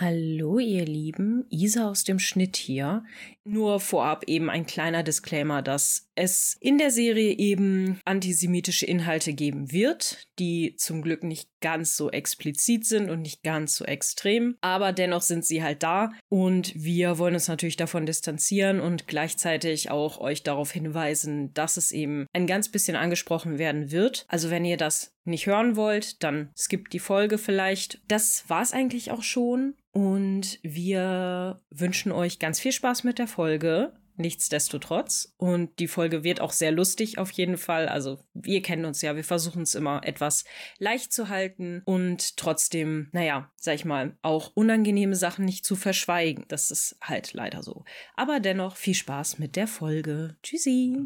Hallo ihr Lieben, Isa aus dem Schnitt hier. Nur vorab eben ein kleiner Disclaimer, dass es in der Serie eben antisemitische Inhalte geben wird, die zum Glück nicht ganz so explizit sind und nicht ganz so extrem, aber dennoch sind sie halt da und wir wollen uns natürlich davon distanzieren und gleichzeitig auch euch darauf hinweisen, dass es eben ein ganz bisschen angesprochen werden wird. Also wenn ihr das nicht hören wollt, dann skippt die Folge vielleicht. Das war's eigentlich auch schon und wir wünschen euch ganz viel Spaß mit der Folge. Nichtsdestotrotz. Und die Folge wird auch sehr lustig auf jeden Fall. Also wir kennen uns ja, wir versuchen es immer etwas leicht zu halten und trotzdem, sag ich mal, auch unangenehme Sachen nicht zu verschweigen. Das ist halt leider so. Aber dennoch viel Spaß mit der Folge. Tschüssi!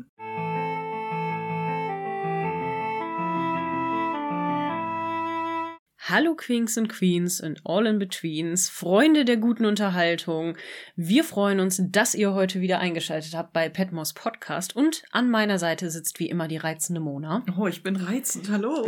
Hallo Queens und Queens und All in Betweens, Freunde der guten Unterhaltung. Wir freuen uns, dass ihr heute wieder eingeschaltet habt bei Petmos Podcast und an meiner Seite sitzt wie immer die reizende Mona. Oh, ich bin reizend, hallo.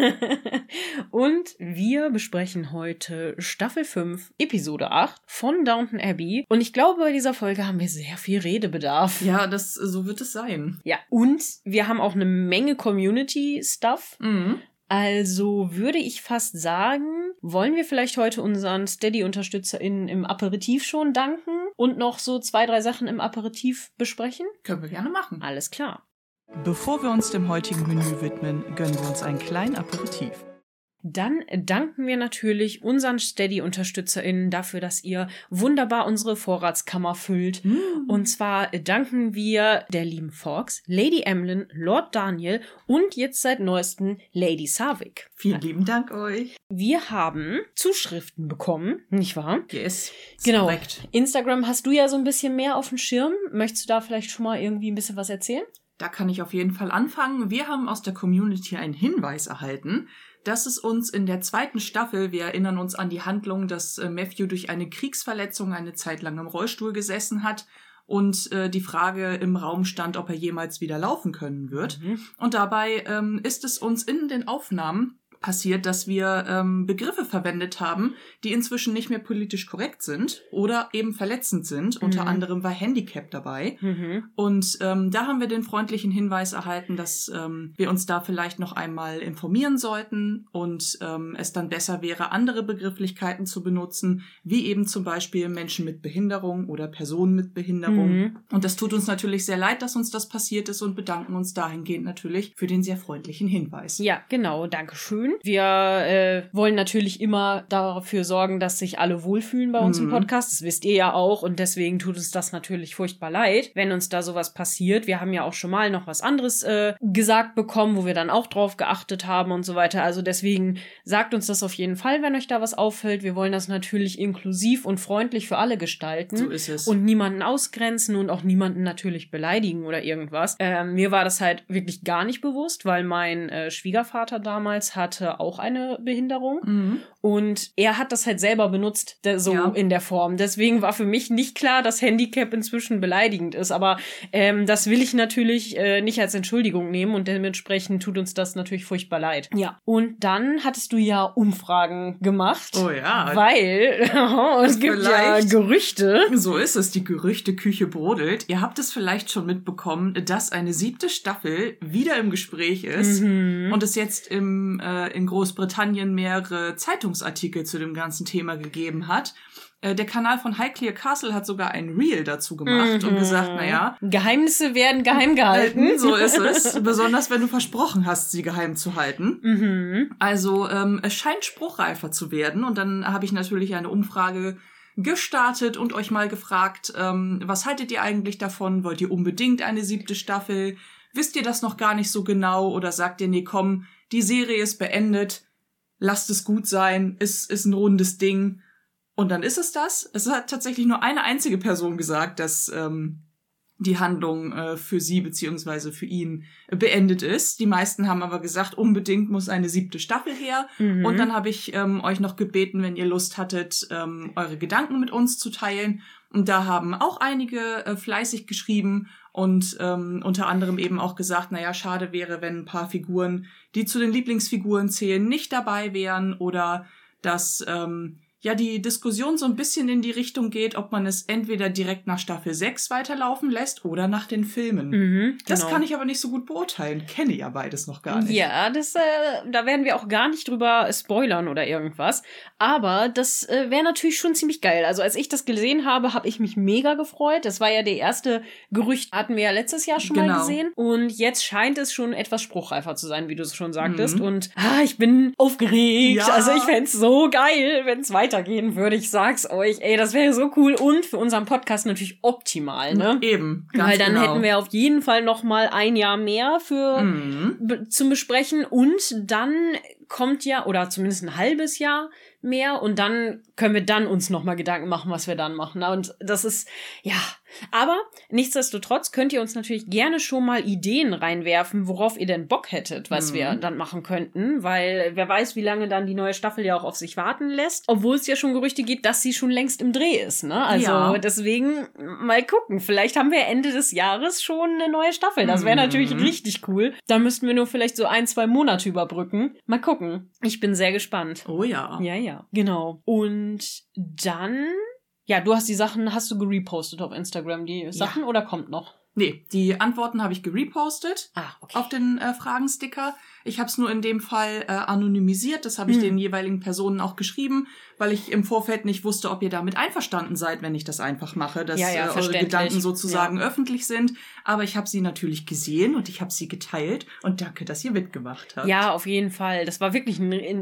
Und wir besprechen heute Staffel 5, Episode 8 von Downton Abbey. Und ich glaube, bei dieser Folge haben wir sehr viel Redebedarf. Ja, so wird es sein. Ja, und wir haben auch eine Menge Community-Stuff. Mhm. Also würde ich fast sagen, wollen wir vielleicht heute unseren SteadyUnterstützerInnen im Aperitif schon danken und noch so 2, 3 Sachen im Aperitif besprechen? Können wir gerne machen. Alles klar. Bevor wir uns dem heutigen Menü widmen, gönnen wir uns einen kleinen Aperitif. Dann danken wir natürlich unseren SteadyUnterstützerInnen dafür, dass ihr wunderbar unsere Vorratskammer füllt. Und zwar danken wir der lieben Fox, Lady Emlyn, Lord Daniel und jetzt seit neuestem Lady Sarvik. Vielen lieben Dank euch. Wir haben Zuschriften bekommen, nicht wahr? Yes. Genau. Korrekt. Instagram hast du ja so ein bisschen mehr auf dem Schirm. Möchtest du da vielleicht schon mal irgendwie ein bisschen was erzählen? Da kann ich auf jeden Fall anfangen. Wir haben aus der Community einen Hinweis erhalten, dass es uns in der 2. Staffel, wir erinnern uns an die Handlung, dass Matthew durch eine Kriegsverletzung eine Zeit lang im Rollstuhl gesessen hat und die Frage im Raum stand, ob er jemals wieder laufen können wird. Und dabei ist es uns in den Aufnahmen passiert, dass wir Begriffe verwendet haben, die inzwischen nicht mehr politisch korrekt sind oder eben verletzend sind. Unter anderem war Handicap dabei. Und da haben wir den freundlichen Hinweis erhalten, dass wir uns da vielleicht noch einmal informieren sollten und es dann besser wäre, andere Begrifflichkeiten zu benutzen, wie eben zum Beispiel Menschen mit Behinderung oder Personen mit Behinderung. Und das tut uns natürlich sehr leid, dass uns das passiert ist und bedanken uns dahingehend natürlich für den sehr freundlichen Hinweis. Ja, genau, danke schön. Wir wollen natürlich immer dafür sorgen, dass sich alle wohlfühlen bei uns im Podcast. Das wisst ihr ja auch und deswegen tut uns das natürlich furchtbar leid, wenn uns da sowas passiert. Wir haben ja auch schon mal noch was anderes gesagt bekommen, wo wir dann auch drauf geachtet haben und so weiter. Also deswegen sagt uns das auf jeden Fall, wenn euch da was auffällt. Wir wollen das natürlich inklusiv und freundlich für alle gestalten. So ist es. Und niemanden ausgrenzen und auch niemanden natürlich beleidigen oder irgendwas. Mir war das halt wirklich gar nicht bewusst, weil mein Schwiegervater damals hatte auch eine Behinderung und er hat das halt selber benutzt, in der Form. Deswegen war für mich nicht klar, dass Handicap inzwischen beleidigend ist, aber das will ich natürlich nicht als Entschuldigung nehmen und dementsprechend tut uns das natürlich furchtbar leid. Ja. Und dann hattest du ja Umfragen gemacht. Oh ja. Weil es gibt ja Gerüchte. So ist es, die Gerüchteküche brodelt. Ihr habt es vielleicht schon mitbekommen, dass eine 7. Staffel wieder im Gespräch ist und es jetzt in Großbritannien mehrere Zeitungsartikel zu dem ganzen Thema gegeben hat. Der Kanal von Highclere Castle hat sogar ein Reel dazu gemacht und gesagt, Geheimnisse werden geheim gehalten. So ist es. Besonders, wenn du versprochen hast, sie geheim zu halten. Also, es scheint spruchreifer zu werden. Und dann habe ich natürlich eine Umfrage gestartet und euch mal gefragt, was haltet ihr eigentlich davon? Wollt ihr unbedingt eine 7. Staffel? Wisst ihr das noch gar nicht so genau? Oder sagt ihr, nee, komm, die Serie ist beendet, lasst es gut sein, ist ein rundes Ding. Und dann ist es das. Es hat tatsächlich nur eine einzige Person gesagt, dass die Handlung für sie beziehungsweise für ihn beendet ist. Die meisten haben aber gesagt, unbedingt muss eine 7. Staffel her. Und dann habe ich euch noch gebeten, wenn ihr Lust hattet, eure Gedanken mit uns zu teilen. Und da haben auch einige fleißig geschrieben und unter anderem eben auch gesagt, schade wäre, wenn ein paar Figuren, die zu den Lieblingsfiguren zählen, nicht dabei wären oder dass ja die Diskussion so ein bisschen in die Richtung geht, ob man es entweder direkt nach Staffel 6 weiterlaufen lässt oder nach den Filmen. Genau. Das kann ich aber nicht so gut beurteilen. Kenne ja beides noch gar nicht. Ja, da werden wir auch gar nicht drüber spoilern oder irgendwas. Aber das wäre natürlich schon ziemlich geil. Also als ich das gesehen habe, habe ich mich mega gefreut. Das war ja der erste Gerücht, hatten wir ja letztes Jahr schon mal gesehen. Und jetzt scheint es schon etwas spruchreifer zu sein, wie du es schon sagtest. Und ich bin aufgeregt. Ja. Also ich fänd's so geil, wenn es weitergehen würde. Ich sag's euch. Ey, das wäre so cool. Und für unseren Podcast natürlich optimal, ne? Eben. Weil dann hätten wir auf jeden Fall noch mal ein Jahr mehr zum Besprechen. Und dann kommt ja, oder zumindest ein halbes Jahr mehr, und dann können wir dann uns noch mal Gedanken machen, was wir dann machen. Und das ist, ja, aber nichtsdestotrotz könnt ihr uns natürlich gerne schon mal Ideen reinwerfen, worauf ihr denn Bock hättet, was wir dann machen könnten, weil wer weiß, wie lange dann die neue Staffel ja auch auf sich warten lässt, obwohl es ja schon Gerüchte gibt, dass sie schon längst im Dreh ist, ne? Also deswegen mal gucken, vielleicht haben wir Ende des Jahres schon eine neue Staffel, das wäre natürlich richtig cool. Da müssten wir nur vielleicht so 1-2 Monate überbrücken. Mal gucken. Ich bin sehr gespannt. Oh ja. Ja, genau. Und dann, ja, hast du gerepostet auf Instagram, die Sachen, oder kommt noch? Nee, die Antworten habe ich gerepostet okay. auf den Fragensticker. Ich habe es nur in dem Fall anonymisiert. Das habe ich den jeweiligen Personen auch geschrieben, weil ich im Vorfeld nicht wusste, ob ihr damit einverstanden seid, wenn ich das einfach mache, dass eure Gedanken sozusagen öffentlich sind. Aber ich habe sie natürlich gesehen und ich habe sie geteilt. Und danke, dass ihr mitgemacht habt. Ja, auf jeden Fall. Das war wirklich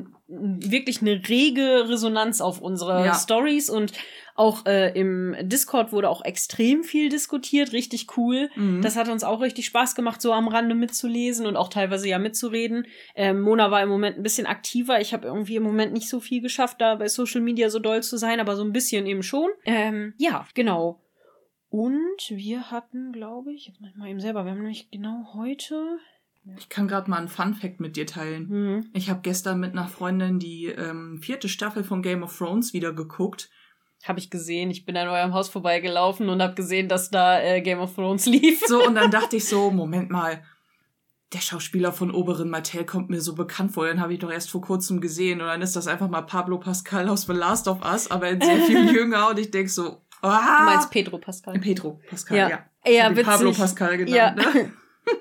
eine rege Resonanz auf unsere Stories, und auch im Discord wurde auch extrem viel diskutiert, richtig cool. Das hat uns auch richtig Spaß gemacht, so am Rande mitzulesen und auch teilweise ja mitzureden. Mona war im Moment ein bisschen aktiver. Ich habe irgendwie im Moment nicht so viel geschafft, da bei Social Media so doll zu sein, aber so ein bisschen eben schon. Ja, genau. Und wir hatten, glaube ich, jetzt mach ich mal eben selber, wir haben nämlich genau heute... Ich kann gerade mal einen Fun-Fact mit dir teilen. Ich habe gestern mit einer Freundin die 4. Staffel von Game of Thrones wieder geguckt. Habe ich gesehen. Ich bin an eurem Haus vorbeigelaufen und habe gesehen, dass da Game of Thrones lief. So, und dann dachte ich so, Moment mal, der Schauspieler von Oberyn Martell kommt mir so bekannt vor. Den habe ich doch erst vor kurzem gesehen. Und dann ist das einfach mal Pablo Pascal aus The Last of Us, aber in sehr viel jünger. Und ich denk so, Du meinst Pedro Pascal. Pedro Pascal, ja. Ja, witzig. Pablo Pascal genannt, ne?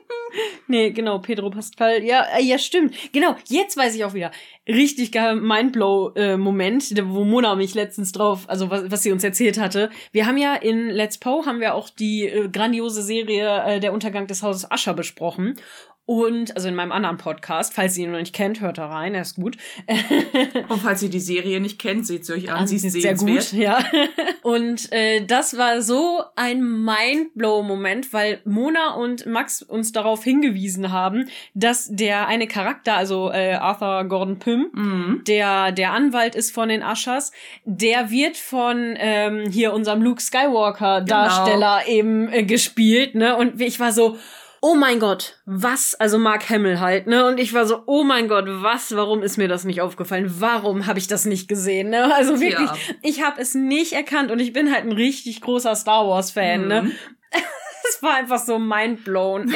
Nee, genau, Pedro Pascal. Ja, stimmt. Genau, jetzt weiß ich auch wieder. Richtig geil Mindblow-Moment, wo Mona mich letztens drauf, also was sie uns erzählt hatte. Wir haben ja in Let's Po haben wir auch die grandiose Serie Der Untergang des Hauses Usher besprochen. Und, also in meinem anderen Podcast, falls ihr ihn noch nicht kennt, hört da rein, er ist gut. Und falls ihr die Serie nicht kennt, seht sie euch an, sie ist sehr gut, ja. Und das war so ein Mindblow-Moment, weil Mona und Max uns darauf hingewiesen haben, dass der eine Charakter, also Arthur Gordon Pym, der Anwalt ist von den Ushers, der wird von hier unserem Luke Skywalker-Darsteller eben gespielt, ne? Und ich war so... Oh mein Gott, was? Also Mark Hamill halt, ne? Und ich war so, oh mein Gott, was? Warum ist mir das nicht aufgefallen? Warum habe ich das nicht gesehen, ne? Also wirklich, ich habe es nicht erkannt, und ich bin halt ein richtig großer Star Wars-Fan, ne? Es war einfach so mindblown.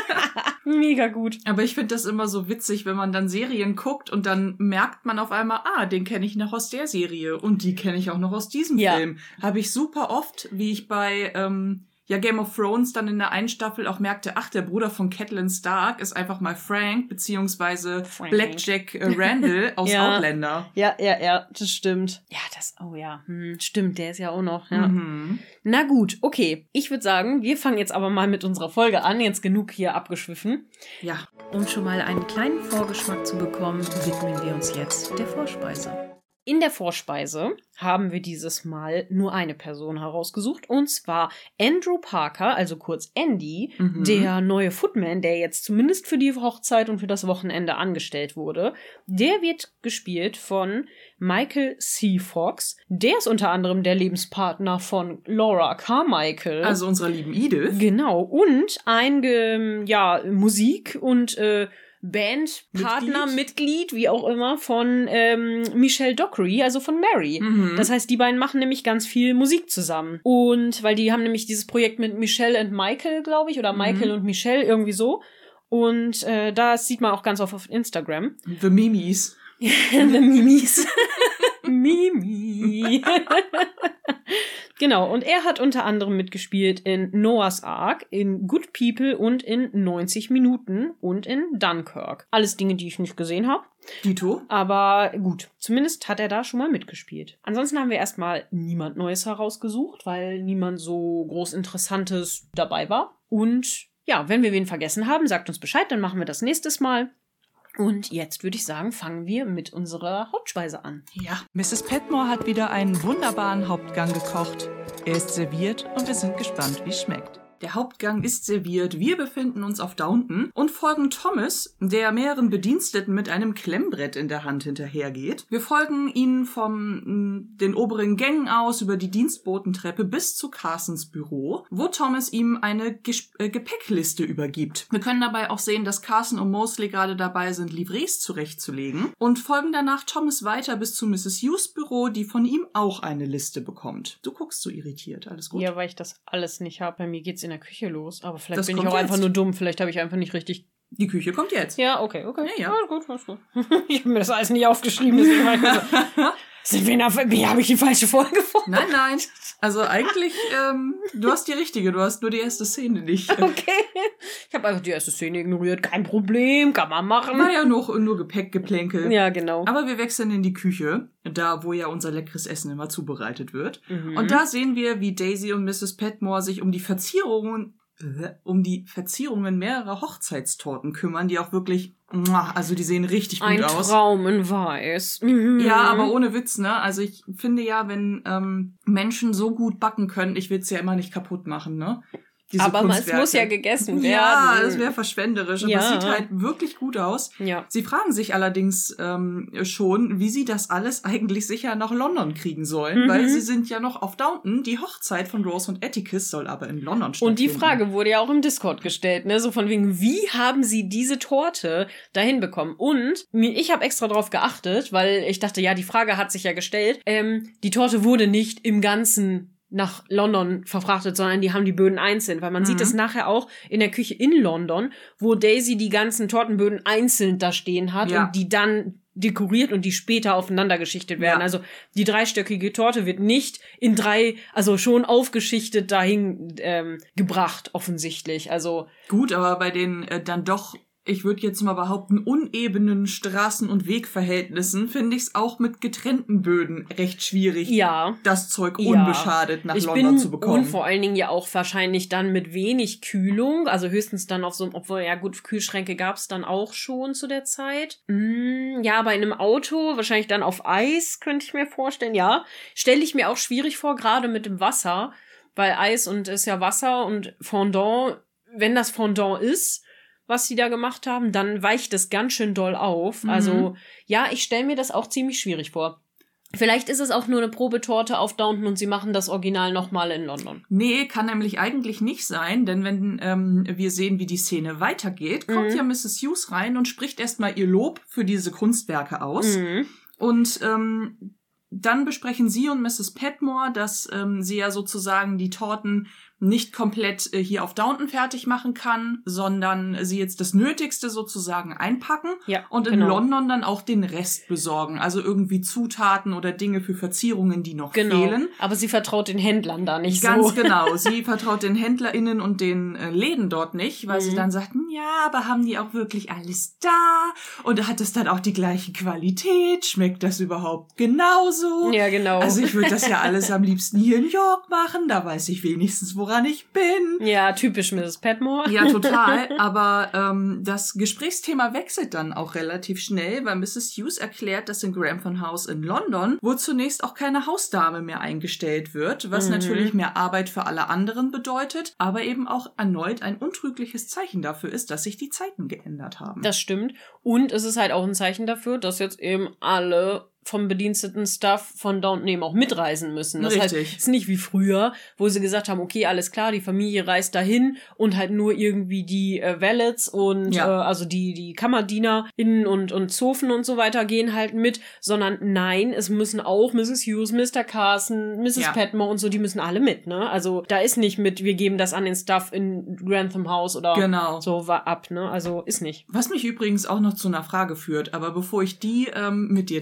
Mega gut. Aber ich finde das immer so witzig, wenn man dann Serien guckt und dann merkt man auf einmal, den kenne ich noch aus der Serie und die kenne ich auch noch aus diesem Film. Habe ich super oft, wie ich bei Game of Thrones dann in der einen Staffel auch merkte, der Bruder von Catelyn Stark ist einfach mal Frank, beziehungsweise Blackjack Randall aus Outlander. Ja, das stimmt. Ja, stimmt, der ist ja auch noch, ja. Na gut, okay. Ich würde sagen, wir fangen jetzt aber mal mit unserer Folge an. Jetzt genug hier abgeschwiffen. Ja. Um schon mal einen kleinen Vorgeschmack zu bekommen, widmen wir uns jetzt der Vorspeise. In der Vorspeise haben wir dieses Mal nur eine Person herausgesucht, und zwar Andrew Parker, also kurz Andy, der neue Footman, der jetzt zumindest für die Hochzeit und für das Wochenende angestellt wurde. Der wird gespielt von Michael C. Fox. Der ist unter anderem der Lebenspartner von Laura Carmichael. Also unserer lieben Edith. Genau. Und ein Musik- und Bandpartner, Mitglied, wie auch immer, von Michelle Dockery, also von Mary. Das heißt, die beiden machen nämlich ganz viel Musik zusammen. Und weil die haben nämlich dieses Projekt mit Michelle und Michael, glaube ich, oder Michael und Michelle, irgendwie so. Und das sieht man auch ganz oft auf Instagram. The Mimis. The Mimis. Mimi. Genau, und er hat unter anderem mitgespielt in Noah's Ark, in Good People und in 90 Minuten und in Dunkirk. Alles Dinge, die ich nicht gesehen habe. Dito. Aber gut, zumindest hat er da schon mal mitgespielt. Ansonsten haben wir erstmal niemand Neues herausgesucht, weil niemand so groß Interessantes dabei war. Und ja, wenn wir wen vergessen haben, sagt uns Bescheid, dann machen wir das nächstes Mal. Und jetzt würde ich sagen, fangen wir mit unserer Hauptspeise an. Ja, Mrs. Petmore hat wieder einen wunderbaren Hauptgang gekocht. Er ist serviert und wir sind gespannt, wie es schmeckt. Der Hauptgang ist serviert, wir befinden uns auf Downton und folgen Thomas, der mehreren Bediensteten mit einem Klemmbrett in der Hand hinterhergeht. Wir folgen ihnen von den oberen Gängen aus über die Dienstbotentreppe bis zu Carsons Büro, wo Thomas ihm eine Gepäckliste übergibt. Wir können dabei auch sehen, dass Carson und Mosley gerade dabei sind, Livrees zurechtzulegen und folgen danach Thomas weiter bis zu Mrs. Hughes Büro, die von ihm auch eine Liste bekommt. Du guckst so irritiert, alles gut? Ja, weil ich das alles nicht habe. Bei mir geht's in der Küche los. Aber vielleicht Das bin ich kommt auch einfach jetzt. nur dumm. Vielleicht habe ich einfach nicht richtig... Die Küche kommt jetzt. Ja, okay. Ja. Alles gut. Ich habe mir das alles nicht aufgeschrieben, deswegen war ich so... Wie habe ich die falsche Folge vor? Nein. Also eigentlich, du hast die richtige, du hast nur die erste Szene nicht. Okay. Ich habe einfach die erste Szene ignoriert. Kein Problem, kann man machen. War ja nur Gepäckgeplänkel. Ja, genau. Aber wir wechseln in die Küche, da wo ja unser leckeres Essen immer zubereitet wird. Mhm. Und da sehen wir, wie Daisy und Mrs. Petmore sich um die Verzierungen mehrerer Hochzeitstorten kümmern, die auch wirklich, also die sehen richtig gut Ein aus. Traum in Weiß. Ja, aber ohne Witz, ne? Also ich finde ja, wenn Menschen so gut backen können, ich will es ja immer nicht kaputt machen, ne? Diese aber es Kunstwerke. muss ja gegessen werden. Ja, das wäre verschwenderisch, aber Ja. es sieht halt wirklich gut aus. Ja. Sie fragen sich allerdings schon, wie sie das alles eigentlich sicher nach London kriegen sollen, weil sie sind ja noch auf Downton. Die Hochzeit von Rose und Atticus soll aber in London stattfinden. Und die Frage wurde ja auch im Discord gestellt, ne? So von wegen, wie haben sie diese Torte dahin bekommen? Und ich habe extra drauf geachtet, weil ich dachte, ja, die Frage hat sich ja gestellt. Die Torte wurde nicht im Ganzen nach London verfrachtet, sondern die haben die Böden einzeln, weil man sieht es nachher auch in der Küche in London, wo Daisy die ganzen Tortenböden einzeln da stehen hat und die dann dekoriert und die später aufeinander geschichtet werden. Also die dreistöckige Torte wird nicht in also schon aufgeschichtet dahin gebracht, offensichtlich. Also gut, aber bei den dann doch, ich würde jetzt mal behaupten, unebenen Straßen- und Wegverhältnissen finde ich es auch mit getrennten Böden recht schwierig, das Zeug unbeschadet nach London zu bekommen. Und vor allen Dingen ja auch wahrscheinlich dann mit wenig Kühlung, also höchstens dann auf so, obwohl, ja gut, Kühlschränke gab es dann auch schon zu der Zeit. Ja, aber in einem Auto, wahrscheinlich dann auf Eis, könnte ich mir vorstellen, ja. Stelle ich mir auch schwierig vor, gerade mit dem Wasser, weil Eis und ist ja Wasser und Fondant, wenn das Fondant ist, was sie da gemacht haben, dann weicht das ganz schön doll auf. Also, ja, ich stelle mir das auch ziemlich schwierig vor. Vielleicht ist es auch nur eine Probetorte auf Downton und sie machen das Original nochmal in London. Nee, kann nämlich eigentlich nicht sein, denn wenn wir sehen, wie die Szene weitergeht, kommt ja Mrs. Hughes rein und spricht erstmal ihr Lob für diese Kunstwerke aus. Und dann besprechen sie und Mrs. Petmore, dass sie ja sozusagen die Torten nicht komplett hier auf Downton fertig machen kann, sondern sie jetzt das Nötigste sozusagen einpacken und in London dann auch den Rest besorgen. Also irgendwie Zutaten oder Dinge für Verzierungen, die noch fehlen. Aber sie vertraut den Händlern da nicht Ganz so. genau. Sie vertraut den HändlerInnen und den Läden dort nicht, weil sie dann sagten, ja, aber haben die auch wirklich alles da? Und hat es dann auch die gleiche Qualität? Schmeckt das überhaupt genauso? Ja, genau. Also ich würde das ja alles am liebsten hier in York machen. Da weiß ich wenigstens, woran ich bin. Ja, typisch Mrs. Petmore. Ja, total. Aber das Gesprächsthema wechselt dann auch relativ schnell, weil Mrs. Hughes erklärt, dass in Grantham House in London wohl zunächst auch keine Hausdame mehr eingestellt wird, was natürlich mehr Arbeit für alle anderen bedeutet, aber eben auch erneut ein untrügliches Zeichen dafür ist, dass sich die Zeiten geändert haben. Das stimmt. Und es ist halt auch ein Zeichen dafür, dass jetzt eben alle vom bediensteten Staff von Downton eben auch mitreisen müssen. Das heißt, es ist nicht wie früher, wo sie gesagt haben, okay, alles klar, die Familie reist dahin und halt nur irgendwie die Valets und also die KammerdienerInnen und Zofen und so weiter gehen halt mit, sondern nein, es müssen auch Mrs. Hughes, Mr. Carson, Mrs. Petmore und so, die müssen alle mit, ne? Also da ist nicht mit, wir geben das an den Staff in Grantham House oder so ab, ne? Also ist nicht. Was mich übrigens auch noch zu einer Frage führt, aber bevor ich die mit dir teile,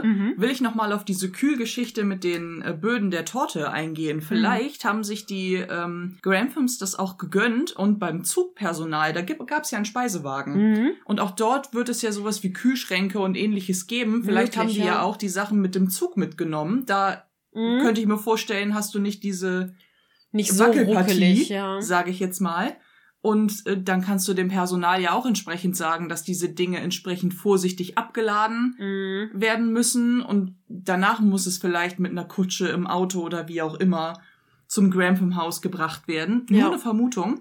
will ich nochmal auf diese Kühlgeschichte mit den Böden der Torte eingehen. Vielleicht haben sich die Granthams das auch gegönnt und beim Zugpersonal, da gab es ja einen Speisewagen. Und auch dort wird es ja sowas wie Kühlschränke und ähnliches geben. Vielleicht haben die ja auch die Sachen mit dem Zug mitgenommen. Da könnte ich mir vorstellen, hast du nicht diese nicht Wackelpartie, so ruckelig, sage ich jetzt mal. Und dann kannst du dem Personal ja auch entsprechend sagen, dass diese Dinge entsprechend vorsichtig abgeladen werden müssen. Und danach muss es vielleicht mit einer Kutsche im Auto oder wie auch immer zum Grantham-Haus gebracht werden. Nur eine Vermutung.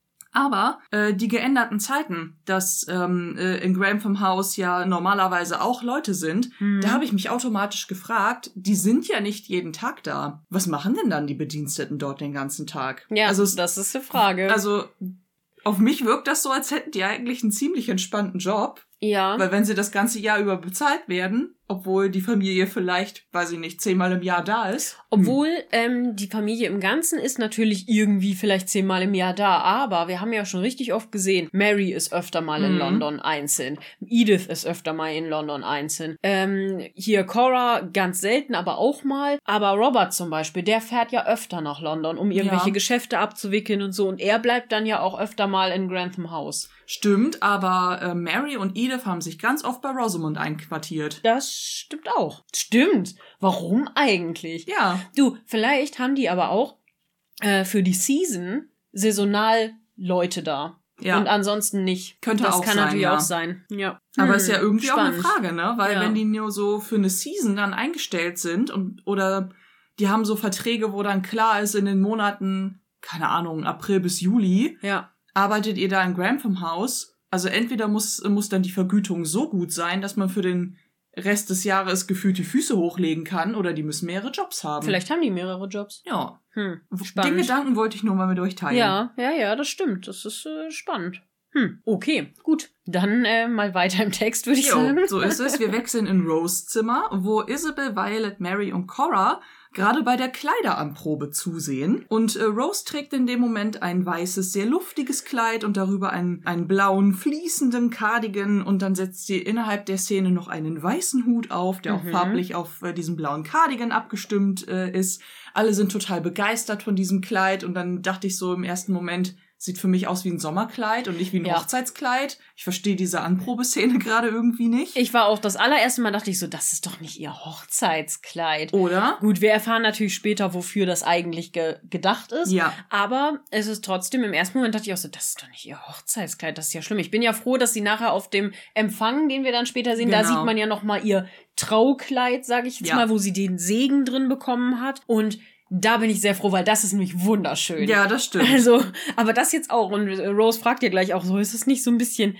Aber die geänderten Zeiten, dass in Grantham House ja normalerweise auch Leute sind, da habe ich mich automatisch gefragt, die sind ja nicht jeden Tag da. Was machen denn dann die Bediensteten dort den ganzen Tag? Ja, also das ist die Frage. Also auf mich wirkt das so, als hätten die eigentlich einen ziemlich entspannten Job. Ja. Weil wenn sie das ganze Jahr über bezahlt werden, obwohl die Familie vielleicht, weiß ich nicht, 10-mal im Jahr da ist. Obwohl die Familie im Ganzen ist natürlich irgendwie vielleicht 10-mal im Jahr da, aber wir haben ja schon richtig oft gesehen, Mary ist öfter mal in London einzeln, Edith ist öfter mal in London einzeln, hier Cora ganz selten, aber auch mal, aber Robert zum Beispiel, der fährt ja öfter nach London, um irgendwelche Geschäfte abzuwickeln und so, und er bleibt dann ja auch öfter mal in Grantham House. Stimmt, aber Mary und Edith haben sich ganz oft bei Rosamund einquartiert. Das stimmt auch. Stimmt. Warum eigentlich? Ja. Du, vielleicht haben die aber auch für die Season saisonal Leute da. Ja. Und ansonsten nicht. Könnte das auch sein. Das kann natürlich auch sein. Ja. Aber ist ja irgendwie spannend. Auch eine Frage, ne? Weil wenn die nur so für eine Season dann eingestellt sind oder die haben so Verträge, wo dann klar ist, in den Monaten, keine Ahnung, April bis Juli, arbeitet ihr da in Grantham House. Also entweder muss dann die Vergütung so gut sein, dass man für den Rest des Jahres gefühlt die Füße hochlegen kann, oder die müssen mehrere Jobs haben. Vielleicht haben die mehrere Jobs. Ja. Spannend. Den Gedanken wollte ich nur mal mit euch teilen. Ja, das stimmt. Das ist spannend. Okay, gut. Dann mal weiter im Text, würde ich sagen. So ist es. Wir wechseln in Rose Zimmer, wo Isabel, Violet, Mary und Cora gerade bei der Kleideranprobe zusehen. Und Rose trägt in dem Moment ein weißes, sehr luftiges Kleid und darüber einen blauen, fließenden Cardigan. Und dann setzt sie innerhalb der Szene noch einen weißen Hut auf, der auch farblich auf diesen blauen Cardigan abgestimmt ist. Alle sind total begeistert von diesem Kleid. Und dann dachte ich so im ersten Moment, sieht für mich aus wie ein Sommerkleid und nicht wie ein Hochzeitskleid. Ich verstehe diese Anprobeszene gerade irgendwie nicht. Ich war auch das allererste Mal, dachte ich so, das ist doch nicht ihr Hochzeitskleid. Oder? Gut, wir erfahren natürlich später, wofür das eigentlich gedacht ist. Ja. Aber es ist trotzdem, im ersten Moment dachte ich auch so, das ist doch nicht ihr Hochzeitskleid, das ist ja schlimm. Ich bin ja froh, dass sie nachher auf dem Empfang, den wir dann später sehen, da sieht man ja nochmal ihr Traukleid, sage ich jetzt mal, wo sie den Segen drin bekommen hat. Und da bin ich sehr froh, weil das ist nämlich wunderschön. Ja, das stimmt. Also, aber das jetzt auch. Und Rose fragt ja gleich auch so, ist es nicht so ein bisschen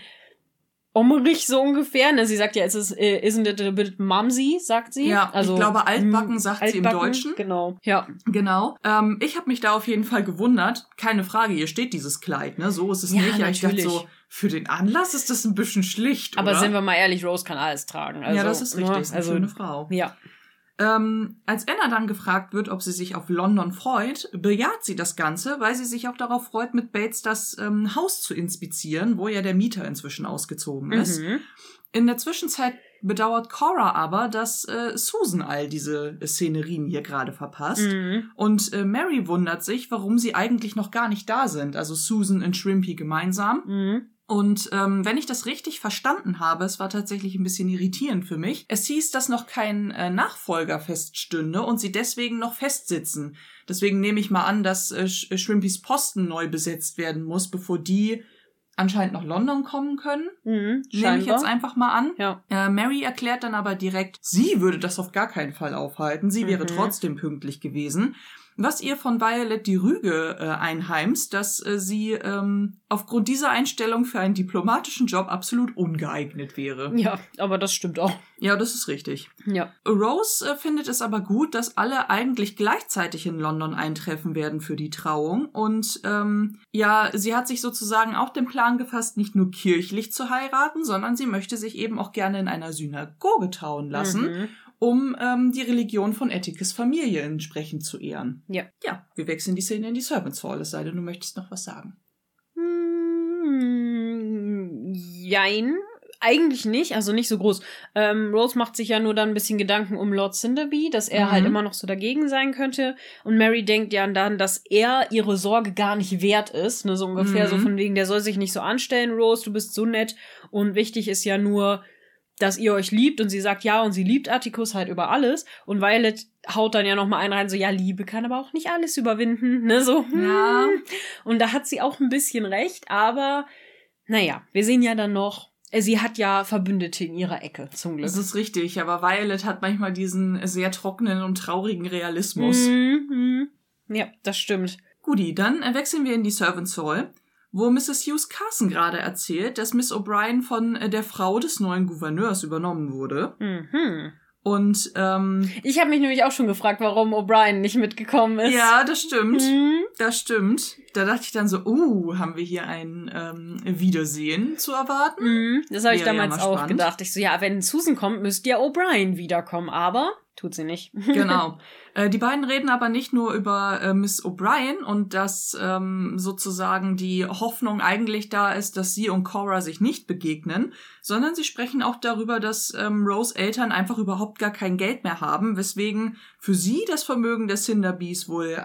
ommerig so ungefähr? Ne? Sie sagt ja, isn't it a bit mumsy, sagt sie. Ja, also, ich glaube altbacken sagt sie im Deutschen. Genau, ja. Genau. Ich habe mich da auf jeden Fall gewundert. Keine Frage, hier steht dieses Kleid, ne? So ist es nicht. Ja, ich dachte so, für den Anlass ist das ein bisschen schlicht, aber oder? sind wir mal ehrlich, Rose kann alles tragen. Also, ja, das ist richtig. Ist eine schöne Frau. Ja. Als Anna dann gefragt wird, ob sie sich auf London freut, bejaht sie das Ganze, weil sie sich auch darauf freut, mit Bates das Haus zu inspizieren, wo ja der Mieter inzwischen ausgezogen ist. In der Zwischenzeit bedauert Cora aber, dass Susan all diese Szenerien hier gerade verpasst. Und Mary wundert sich, warum sie eigentlich noch gar nicht da sind, also Susan und Shrimpy gemeinsam. Und wenn ich das richtig verstanden habe, es war tatsächlich ein bisschen irritierend für mich, es hieß, dass noch kein Nachfolger feststünde und sie deswegen noch festsitzen. Deswegen nehme ich mal an, dass Shrimpys Posten neu besetzt werden muss, bevor die anscheinend nach London kommen können. Nehme ich jetzt einfach mal an. Ja. Mary erklärt dann aber direkt, sie würde das auf gar keinen Fall aufhalten. Sie wäre trotzdem pünktlich gewesen. Was ihr von Violet die Rüge einheimst, dass sie aufgrund dieser Einstellung für einen diplomatischen Job absolut ungeeignet wäre. Ja, aber das stimmt auch. Ja, das ist richtig. Ja. Rose findet es aber gut, dass alle eigentlich gleichzeitig in London eintreffen werden für die Trauung. Und sie hat sich sozusagen auch den Plan gefasst, nicht nur kirchlich zu heiraten, sondern sie möchte sich eben auch gerne in einer Synagoge trauen lassen. Um die Religion von Atticus' Familie entsprechend zu ehren. Ja. Ja, wir wechseln die Szene in die Servants' Hall, es sei denn, du möchtest noch was sagen. Jein. eigentlich nicht, also nicht so groß. Rose macht sich ja nur dann ein bisschen Gedanken um Lord Cinderby, dass er halt immer noch so dagegen sein könnte. Und Mary denkt ja dann, dass er ihre Sorge gar nicht wert ist. Ne, so ungefähr so von wegen, der soll sich nicht so anstellen, Rose, du bist so nett. Und wichtig ist ja nur, dass ihr euch liebt. Und sie sagt ja, und sie liebt Atticus halt über alles. Und Violet haut dann ja noch mal einen rein, so, ja, Liebe kann aber auch nicht alles überwinden, ne, so. Ja. Und da hat sie auch ein bisschen recht, aber naja, wir sehen ja dann noch, sie hat ja Verbündete in ihrer Ecke, zum Glück. Das ist richtig, aber Violet hat manchmal diesen sehr trockenen und traurigen Realismus. Ja, das stimmt. Guti, dann wechseln wir in die Servants' Hall, wo Mrs. Hughes Carson gerade erzählt, dass Miss O'Brien von der Frau des neuen Gouverneurs übernommen wurde. Und ich habe mich nämlich auch schon gefragt, warum O'Brien nicht mitgekommen ist. Ja, das stimmt. Das stimmt. Da dachte ich dann so, haben wir hier ein Wiedersehen zu erwarten? Das habe ich Wäre damals ja mal auch spannend. gedacht. Ich so, ja, wenn Susan kommt, müsste ja O'Brien wiederkommen, aber tut sie nicht. Genau. Die beiden reden aber nicht nur über Miss O'Brien und dass sozusagen die Hoffnung eigentlich da ist, dass sie und Cora sich nicht begegnen, sondern sie sprechen auch darüber, dass Rose Eltern einfach überhaupt gar kein Geld mehr haben, weswegen für sie das Vermögen der Cinderbys wohl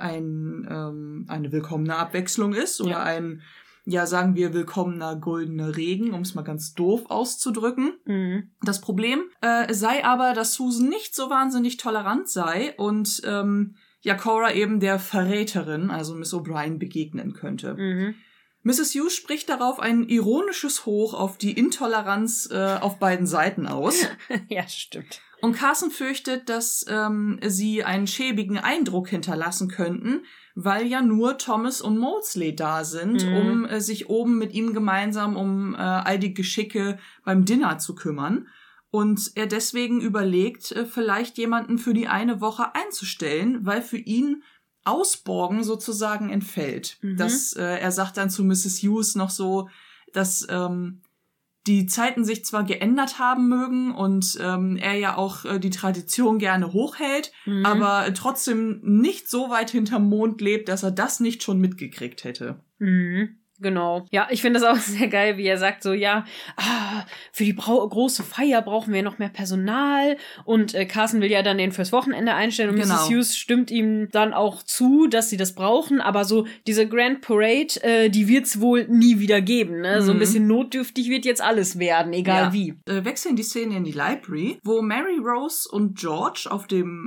eine willkommene Abwechslung ist oder ein, ja, sagen wir, willkommener goldener Regen, um es mal ganz doof auszudrücken. Das Problem sei aber, dass Susan nicht so wahnsinnig tolerant sei und Cora eben der Verräterin, also Miss O'Brien, begegnen könnte. Mrs. Hughes spricht darauf ein ironisches Hoch auf die Intoleranz auf beiden Seiten aus. Ja, stimmt. Und Carson fürchtet, dass sie einen schäbigen Eindruck hinterlassen könnten, weil ja nur Thomas und Maudsley da sind, um sich oben mit ihm gemeinsam um all die Geschicke beim Dinner zu kümmern. Und er deswegen überlegt, vielleicht jemanden für die eine Woche einzustellen, weil für ihn Ausborgen sozusagen entfällt. Er sagt dann zu Mrs. Hughes noch so, dass die Zeiten sich zwar geändert haben mögen und er ja auch die Tradition gerne hochhält, aber trotzdem nicht so weit hinterm Mond lebt, dass er das nicht schon mitgekriegt hätte. Genau. Ja, ich finde das auch sehr geil, wie er sagt so, ja, für die große Feier brauchen wir noch mehr Personal und Carson will ja dann den fürs Wochenende einstellen und Mrs. Hughes stimmt ihm dann auch zu, dass sie das brauchen, aber so diese Grand Parade, die wird's wohl nie wieder geben, ne? So ein bisschen notdürftig wird jetzt alles werden, egal wie. Wechseln die Szene in die Library, wo Mary, Rose und George auf den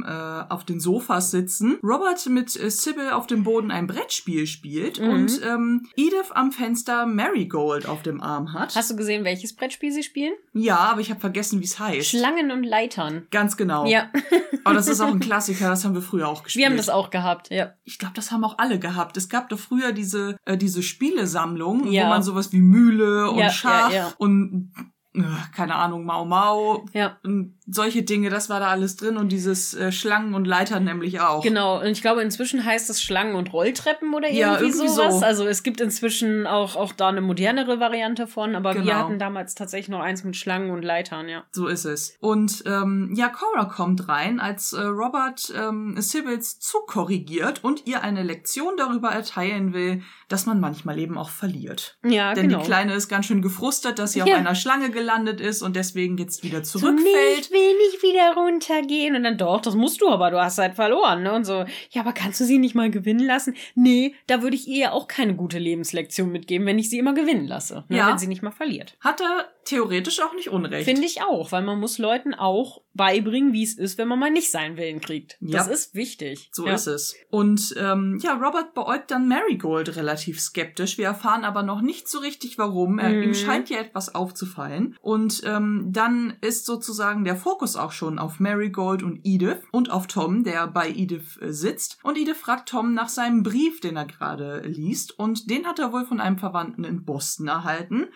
Sofas sitzen, Robert mit Sybil auf dem Boden ein Brettspiel spielt und Edith am Fenster Marigold auf dem Arm hat. Hast du gesehen, welches Brettspiel sie spielen? Ja, aber ich habe vergessen, wie es heißt. Schlangen und Leitern. Ganz genau. Ja. Aber das ist auch ein Klassiker, das haben wir früher auch gespielt. Wir haben das auch gehabt, ja. Ich glaube, das haben auch alle gehabt. Es gab doch früher diese Spielesammlung, wo man sowas wie Mühle und Schach und keine Ahnung, Mau Mau, und solche Dinge, das war da alles drin und dieses Schlangen und Leitern nämlich auch. Genau, und ich glaube, inzwischen heißt es Schlangen und Rolltreppen oder irgendwie sowas. So. Also es gibt inzwischen auch da eine modernere Variante von, aber wir hatten damals tatsächlich noch eins mit Schlangen und Leitern, ja. So ist es. Und Cora kommt rein, als Robert Sybil's Zug korrigiert und ihr eine Lektion darüber erteilen will, dass man manchmal eben auch verliert. Ja, Denn die Kleine ist ganz schön gefrustet, dass sie auf einer Schlange gelandet ist und deswegen jetzt wieder zurückfällt. Ich will nicht wieder runtergehen. Und dann, doch, das musst du aber, du hast halt verloren. Ne? Und so, ja, aber kannst du sie nicht mal gewinnen lassen? Nee, da würde ich ihr ja auch keine gute Lebenslektion mitgeben, wenn ich sie immer gewinnen lasse. Ne? Wenn sie nicht mal verliert. Hat er theoretisch auch nicht unrecht. Finde ich auch, weil man muss Leuten auch beibringen, wie es ist, wenn man mal nicht seinen Willen kriegt. Das ist wichtig. So ist es. Und Robert beäugt dann Marigold relativ skeptisch. Wir erfahren aber noch nicht so richtig, warum. Ihm scheint ja etwas aufzufallen. Und dann ist sozusagen der Fokus auch schon auf Marigold und Edith und auf Tom, der bei Edith sitzt. Und Edith fragt Tom nach seinem Brief, den er gerade liest. Und den hat er wohl von einem Verwandten in Boston erhalten,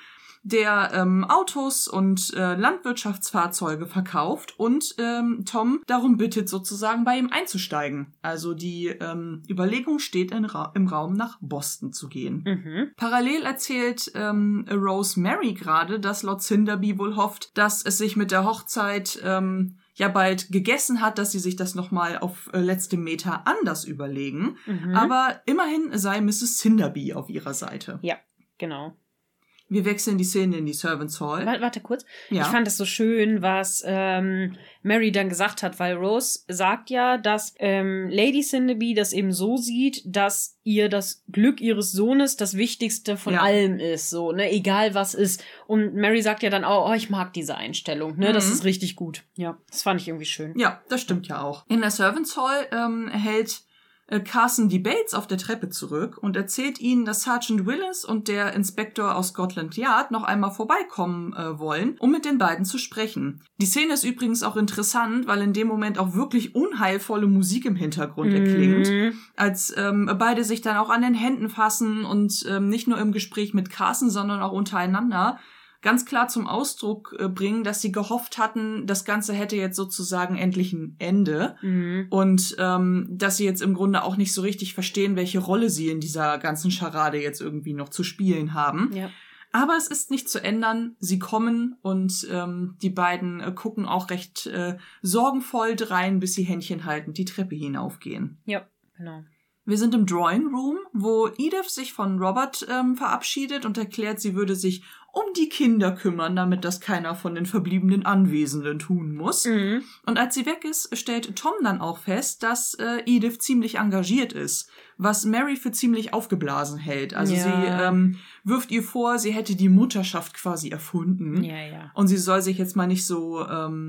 der Autos und Landwirtschaftsfahrzeuge verkauft und Tom darum bittet, sozusagen bei ihm einzusteigen. Also die Überlegung steht im Raum, nach Boston zu gehen. Parallel erzählt Rose Mary gerade, dass Lord Cinderby wohl hofft, dass es sich mit der Hochzeit bald gegessen hat, dass sie sich das nochmal auf letztem Meter anders überlegen. Aber immerhin sei Mrs. Cinderby auf ihrer Seite. Ja, genau. Wir wechseln die Szene in die Servants' Hall. Warte kurz. Ja. Ich fand es so schön, was Mary dann gesagt hat, weil Rose sagt ja, dass Lady Cinderby das eben so sieht, dass ihr das Glück ihres Sohnes das Wichtigste von allem ist, so, ne, egal was ist. Und Mary sagt ja dann auch, ich mag diese Einstellung, ne, das ist richtig gut. Ja, das fand ich irgendwie schön. Ja, das stimmt ja auch. In der Servants' Hall hält Carson die Bates auf der Treppe zurück und erzählt ihnen, dass Sergeant Willis und der Inspektor aus Scotland Yard noch einmal vorbeikommen wollen, um mit den beiden zu sprechen. Die Szene ist übrigens auch interessant, weil in dem Moment auch wirklich unheilvolle Musik im Hintergrund erklingt, als beide sich dann auch an den Händen fassen und nicht nur im Gespräch mit Carson, sondern auch untereinander ganz klar zum Ausdruck bringen, dass sie gehofft hatten, das Ganze hätte jetzt sozusagen endlich ein Ende und dass sie jetzt im Grunde auch nicht so richtig verstehen, welche Rolle sie in dieser ganzen Scharade jetzt irgendwie noch zu spielen haben. Ja. Aber es ist nicht zu ändern. Sie kommen und die beiden gucken auch recht sorgenvoll drein, bis sie händchenhaltend die Treppe hinaufgehen. Ja, genau. Wir sind im Drawing Room, wo Edith sich von Robert verabschiedet und erklärt, sie würde sich um die Kinder kümmern, damit das keiner von den verbliebenen Anwesenden tun muss. Und als sie weg ist, stellt Tom dann auch fest, dass Edith ziemlich engagiert ist, was Mary für ziemlich aufgeblasen hält. Also sie wirft ihr vor, sie hätte die Mutterschaft quasi erfunden. Ja. Und sie soll sich jetzt mal nicht so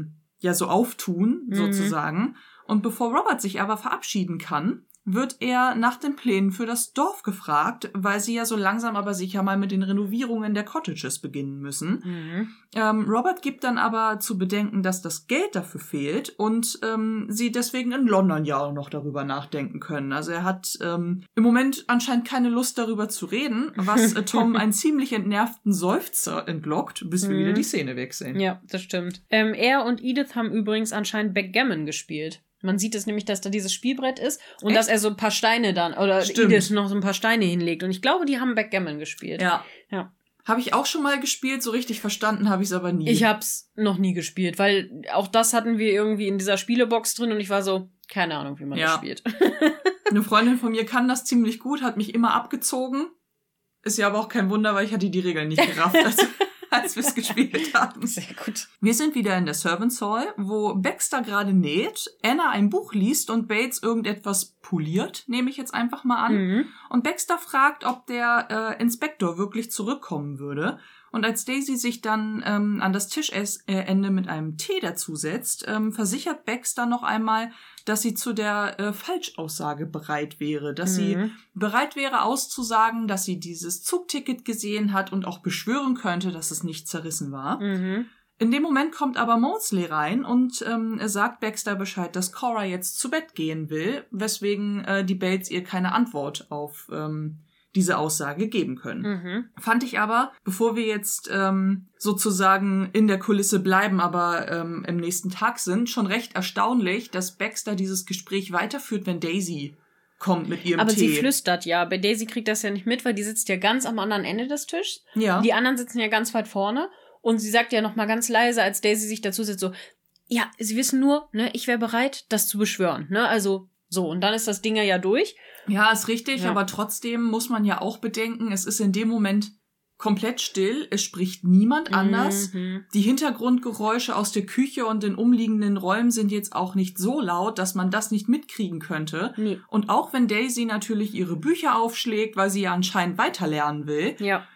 so auftun, sozusagen. Und bevor Robert sich aber verabschieden kann, wird er nach den Plänen für das Dorf gefragt, weil sie ja so langsam aber sicher mal mit den Renovierungen der Cottages beginnen müssen. Robert gibt dann aber zu bedenken, dass das Geld dafür fehlt und sie deswegen in London ja auch noch darüber nachdenken können. Also er hat im Moment anscheinend keine Lust darüber zu reden, was Tom einen ziemlich entnervten Seufzer entlockt, bis wir wieder die Szene wechseln. Ja, das stimmt. Er und Edith haben übrigens anscheinend Backgammon gespielt. Man sieht es nämlich, dass da dieses Spielbrett ist und dass er so ein paar Steine dann, oder Edith noch so ein paar Steine hinlegt. Und ich glaube, die haben Backgammon gespielt. Ja. Habe ich auch schon mal gespielt, so richtig verstanden habe ich es aber nie. Ich hab's noch nie gespielt, weil auch das hatten wir irgendwie in dieser Spielebox drin und ich war so, keine Ahnung, wie man das spielt. Eine Freundin von mir kann das ziemlich gut, hat mich immer abgezogen. Ist ja aber auch kein Wunder, weil ich hatte die Regeln nicht gerafft. Als wir es gespielt haben. Sehr gut. Wir sind wieder in der Servants' Hall, wo Baxter gerade näht, Anna ein Buch liest und Bates irgendetwas poliert, nehme ich jetzt einfach mal an. Und Baxter fragt, ob der Inspektor wirklich zurückkommen würde. Und als Daisy sich dann an das Tischende mit einem Tee dazusetzt, versichert Baxter noch einmal, dass sie zu der Falschaussage bereit wäre. Dass sie bereit wäre auszusagen, dass sie dieses Zugticket gesehen hat und auch beschwören könnte, dass es nicht zerrissen war. In dem Moment kommt aber Molesley rein und sagt Baxter Bescheid, dass Cora jetzt zu Bett gehen will, weswegen die Bates ihr keine Antwort auf diese Aussage geben können. Fand ich aber, bevor wir jetzt sozusagen in der Kulisse bleiben, aber im nächsten Tag sind, schon recht erstaunlich, dass Baxter dieses Gespräch weiterführt, wenn Daisy kommt mit ihrem Aber Tee. sie flüstert ja. Bei Daisy kriegt das ja nicht mit, weil die sitzt ja ganz am anderen Ende des Tischs. Ja. Die anderen sitzen ja ganz weit vorne. Und sie sagt ja noch mal ganz leise, als Daisy sich dazu setzt, so, ja, sie wissen nur, ne, ich wäre bereit, das zu beschwören, ne, also so. Und dann ist das Ding ja durch. Ja, ist richtig, aber trotzdem muss man ja auch bedenken, es ist in dem Moment komplett still, es spricht niemand anders. Die Hintergrundgeräusche aus der Küche und den umliegenden Räumen sind jetzt auch nicht so laut, dass man das nicht mitkriegen könnte. Nee. Und auch wenn Daisy natürlich ihre Bücher aufschlägt, weil sie ja anscheinend weiterlernen will,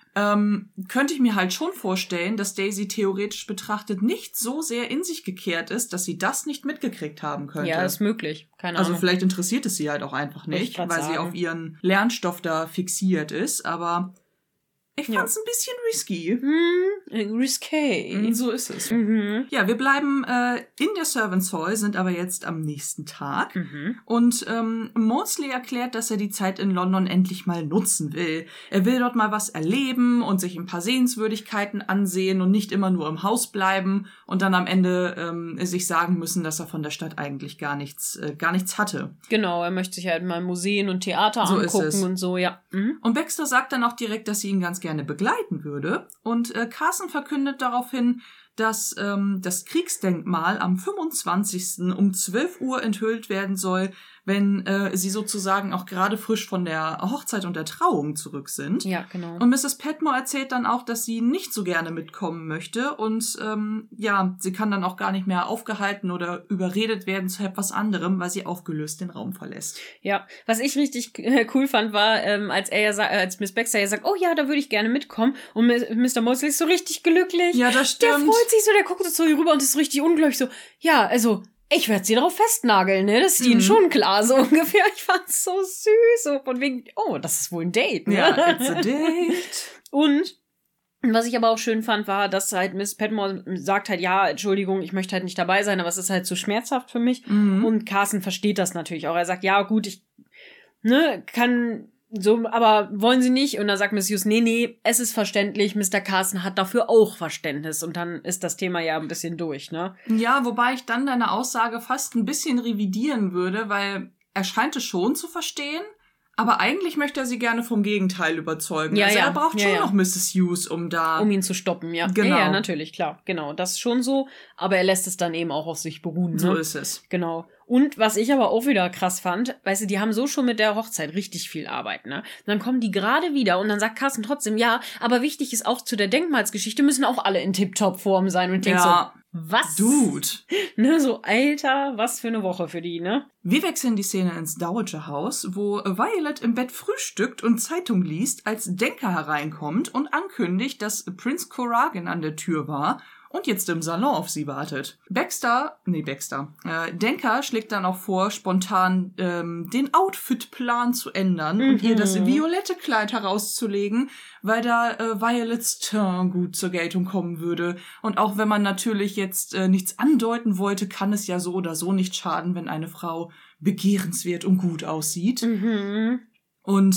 könnte ich mir halt schon vorstellen, dass Daisy theoretisch betrachtet nicht so sehr in sich gekehrt ist, dass sie das nicht mitgekriegt haben könnte. Ja, ist möglich. Keine Ahnung. Also vielleicht interessiert es sie halt auch einfach nicht, weil sie auf ihren Lernstoff da fixiert ist, aber ich fand's ein bisschen risky. Risqué. So ist es. Ja, wir bleiben in der Servants' Hall, sind aber jetzt am nächsten Tag. Und Molesley erklärt, dass er die Zeit in London endlich mal nutzen will. Er will dort mal was erleben und sich ein paar Sehenswürdigkeiten ansehen und nicht immer nur im Haus bleiben und dann am Ende sich sagen müssen, dass er von der Stadt eigentlich gar nichts hatte. Genau, er möchte sich halt mal Museen und Theater angucken und so, ja. Und Baxter sagt dann auch direkt, dass sie ihn ganz gerne begleiten würde. Und Carson verkündet daraufhin, dass das Kriegsdenkmal am 25. um 12 Uhr enthüllt werden soll, wenn sie sozusagen auch gerade frisch von der Hochzeit und der Trauung zurück sind. Ja, genau. Und Mrs. Petmore erzählt dann auch, dass sie nicht so gerne mitkommen möchte und sie kann dann auch gar nicht mehr aufgehalten oder überredet werden zu etwas anderem, weil sie aufgelöst den Raum verlässt. Ja, was ich richtig cool fand, war, als Miss Baxter ja sagt, oh ja, da würde ich gerne mitkommen. Und Mr. Mosley ist so richtig glücklich. Ja, das stimmt. Der freut sich so, der guckt so zu ihr rüber und ist so richtig ungläubig so, ja, also, ich werde sie darauf festnageln, ne? Das ist ihnen schon klar, so ungefähr. Ich fand's so süß, so von wegen, oh, das ist wohl ein Date, ne? Ja, it's a date. Und was ich aber auch schön fand, war, dass halt Miss Petmore sagt halt, ja, Entschuldigung, ich möchte halt nicht dabei sein, aber es ist halt zu schmerzhaft für mich. Und Carson versteht das natürlich auch. Er sagt, ja, gut, ich kann so, aber wollen Sie nicht? Und dann sagt Miss Hughes, nee, es ist verständlich, Mr. Carson hat dafür auch Verständnis. Und dann ist das Thema ja ein bisschen durch, ne? Ja, wobei ich dann deine Aussage fast ein bisschen revidieren würde, weil er scheint es schon zu verstehen, aber eigentlich möchte er sie gerne vom Gegenteil überzeugen. Ja, also ja. er braucht schon noch Mrs. Hughes, um ihn zu stoppen, ja. Genau. Ja, natürlich, klar. Genau, das ist schon so. Aber er lässt es dann eben auch auf sich beruhen. Ne? So ist es. Genau. Und was ich aber auch wieder krass fand, weißt du, die haben so schon mit der Hochzeit richtig viel Arbeit, ne? Und dann kommen die gerade wieder und dann sagt Carson trotzdem, ja, aber wichtig ist auch zu der Denkmalsgeschichte müssen auch alle in Tip-Top-Form sein. Und ich denk so, was? Dude. Ne, so, Alter, was für eine Woche für die, ne? Wir wechseln die Szene ins Dowager House, wo Violet im Bett frühstückt und Zeitung liest, als Denker hereinkommt und ankündigt, dass Prinz Corrigan an der Tür war und jetzt im Salon auf sie wartet. Denker schlägt dann auch vor, spontan den Outfit-Plan zu ändern und ihr das violette Kleid herauszulegen, weil da Violets Teint gut zur Geltung kommen würde. Und auch wenn man natürlich jetzt nichts andeuten wollte, kann es ja so oder so nicht schaden, wenn eine Frau begehrenswert und gut aussieht. Und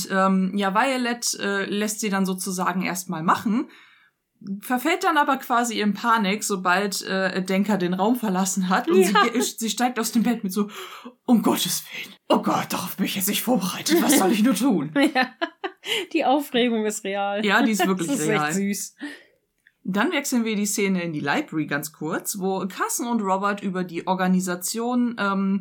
Violet lässt sie dann sozusagen erstmal machen, verfällt dann aber quasi in Panik, sobald Denker den Raum verlassen hat. Und sie steigt aus dem Bett mit so, um Gottes Willen, oh Gott, darauf bin ich jetzt nicht vorbereitet, was soll ich nur tun? Ja, die Aufregung ist real. Ja, die ist wirklich real. Das ist echt süß. Dann wechseln wir die Szene in die Library ganz kurz, wo Carson und Robert über die Organisation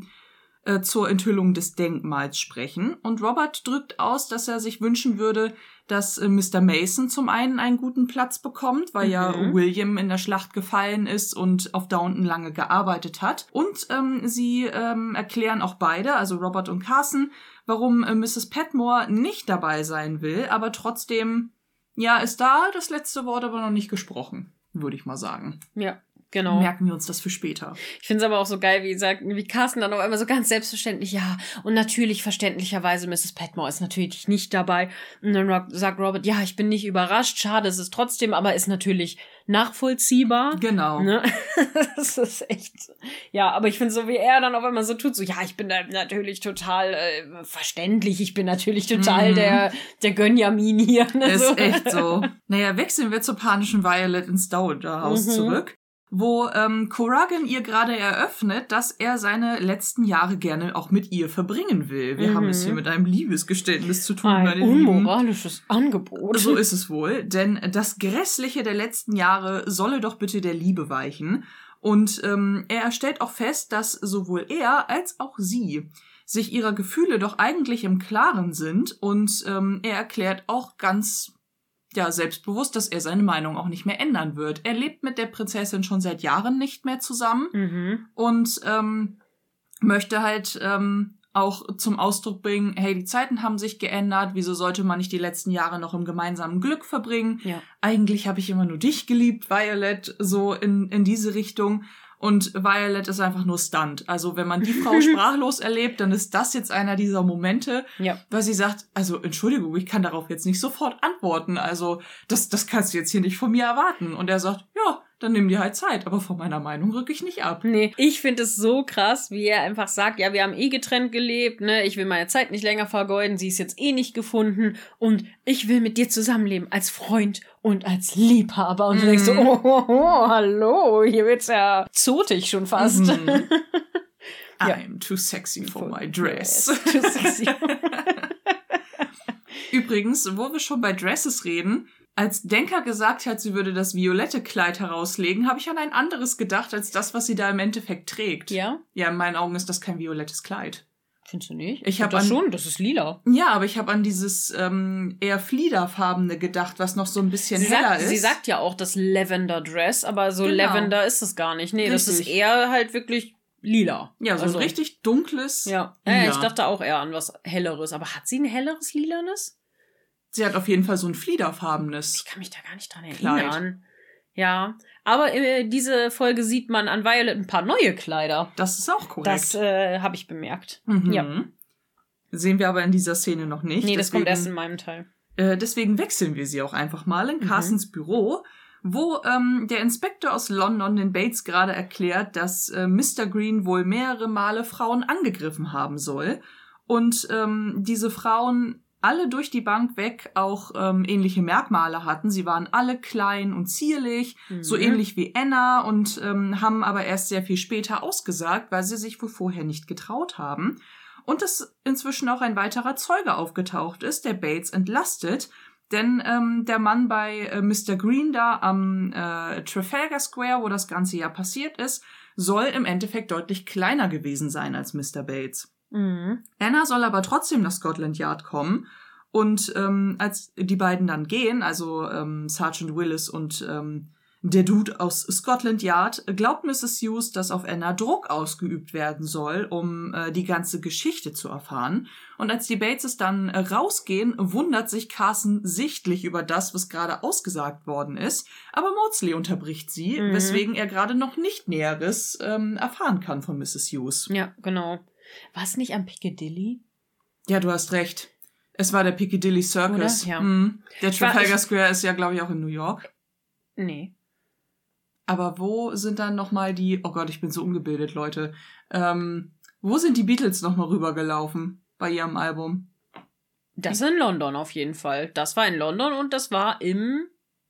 zur Enthüllung des Denkmals sprechen. Und Robert drückt aus, dass er sich wünschen würde, dass Mr. Mason zum einen guten Platz bekommt, weil ja William in der Schlacht gefallen ist und auf Downton lange gearbeitet hat. Und sie erklären auch beide, also Robert und Carson, warum Mrs. Petmore nicht dabei sein will, aber trotzdem, ja, ist da das letzte Wort aber noch nicht gesprochen, würde ich mal sagen. Ja. Genau. Merken wir uns das für später. Ich finde es aber auch so geil, wie Carsten dann auf einmal so ganz selbstverständlich, ja, und natürlich verständlicherweise Mrs. Petmore ist natürlich nicht dabei. Und dann sagt Robert, ja, ich bin nicht überrascht, schade, es ist trotzdem, aber ist natürlich nachvollziehbar. Genau. Ne? Das ist echt, ja, aber ich finde so, wie er dann auf einmal so tut, so, ja, ich bin da natürlich total verständlich, ich bin natürlich total der Gönjamin hier. Ne? Ist so. echt so. Naja, wechseln wir zur panischen Violet ins Dowager House zurück, wo Corrigan ihr gerade eröffnet, dass er seine letzten Jahre gerne auch mit ihr verbringen will. Wir haben es hier mit einem Liebesgeständnis zu tun, meine Lieben. Ein unmoralisches Angebot. So ist es wohl, denn das Grässliche der letzten Jahre solle doch bitte der Liebe weichen. Und er stellt auch fest, dass sowohl er als auch sie sich ihrer Gefühle doch eigentlich im Klaren sind. Und er erklärt auch ganz selbstbewusst, dass er seine Meinung auch nicht mehr ändern wird. Er lebt mit der Prinzessin schon seit Jahren nicht mehr zusammen und möchte halt auch zum Ausdruck bringen, hey, die Zeiten haben sich geändert, wieso sollte man nicht die letzten Jahre noch im gemeinsamen Glück verbringen? Ja. Eigentlich habe ich immer nur dich geliebt, Violet, so in diese Richtung. Und Violet ist einfach nur stunned. Also wenn man die Frau sprachlos erlebt, dann ist das jetzt einer dieser Momente, weil sie sagt, also Entschuldigung, ich kann darauf jetzt nicht sofort antworten. Also das kannst du jetzt hier nicht von mir erwarten. Und er sagt, ja, dann nimm dir halt Zeit. Aber von meiner Meinung rück ich nicht ab. Nee, ich finde es so krass, wie er einfach sagt, ja, wir haben getrennt gelebt, ne, ich will meine Zeit nicht länger vergeuden, sie ist jetzt nicht gefunden und ich will mit dir zusammenleben als Freund und als Liebhaber. Und du denkst so, hallo, hier wird's ja zotig schon fast. I'm too sexy for my dress. Too sexy. Übrigens, wo wir schon bei Dresses reden, als Denker gesagt hat, sie würde das violette Kleid herauslegen, habe ich an ein anderes gedacht, als das, was sie da im Endeffekt trägt. Ja? Ja, in meinen Augen ist das kein violettes Kleid. Findest du nicht? Ich habe schon, das ist lila. Ja, aber ich habe an dieses eher fliederfarbene gedacht, was noch so ein bisschen heller ist. Sie sagt ja auch das Lavender Dress, aber so Lavender ist es gar nicht. Nee, das ist eher halt wirklich lila. Ja, so ein richtig dunkles Lila. Ich dachte auch eher an was Helleres. Aber hat sie ein helleres Lilanes? Sie hat auf jeden Fall so ein fliederfarbenes. Ich kann mich da gar nicht dran erinnern. Ja, aber diese Folge sieht man an Violet ein paar neue Kleider. Das ist auch korrekt. Das habe ich bemerkt. Mhm. Ja. Sehen wir aber in dieser Szene noch nicht. Nee, das kommt erst in meinem Teil. Deswegen wechseln wir sie auch einfach mal in Carstens Büro, wo der Inspektor aus London den Bates gerade erklärt, dass Mr. Green wohl mehrere Male Frauen angegriffen haben soll. Und diese Frauen alle durch die Bank weg auch ähnliche Merkmale hatten. Sie waren alle klein und zierlich, so ähnlich wie Anna und haben aber erst sehr viel später ausgesagt, weil sie sich wohl vorher nicht getraut haben. Und dass inzwischen auch ein weiterer Zeuge aufgetaucht ist, der Bates entlastet, denn der Mann bei Mr. Green da am Trafalgar Square, wo das Ganze ja passiert ist, soll im Endeffekt deutlich kleiner gewesen sein als Mr. Bates. Anna soll aber trotzdem nach Scotland Yard kommen und als die beiden dann gehen, also Sergeant Willis und der Dude aus Scotland Yard, glaubt Mrs. Hughes, dass auf Anna Druck ausgeübt werden soll, um die ganze Geschichte zu erfahren. Und als die Bateses dann rausgehen, wundert sich Carson sichtlich über das, was gerade ausgesagt worden ist. Aber Maudsley unterbricht sie, weswegen er gerade noch nicht Näheres erfahren kann von Mrs. Hughes. Ja, genau. War es nicht am Piccadilly? Ja, du hast recht. Es war der Piccadilly Circus. Oder? Ja. Der Trafalgar Square ist ja, glaube ich, auch in New York. Nee. Aber wo sind dann nochmal die... Oh Gott, ich bin so ungebildet, Leute. Wo sind die Beatles nochmal rübergelaufen bei ihrem Album? Das in London auf jeden Fall. Das war in London und das war im...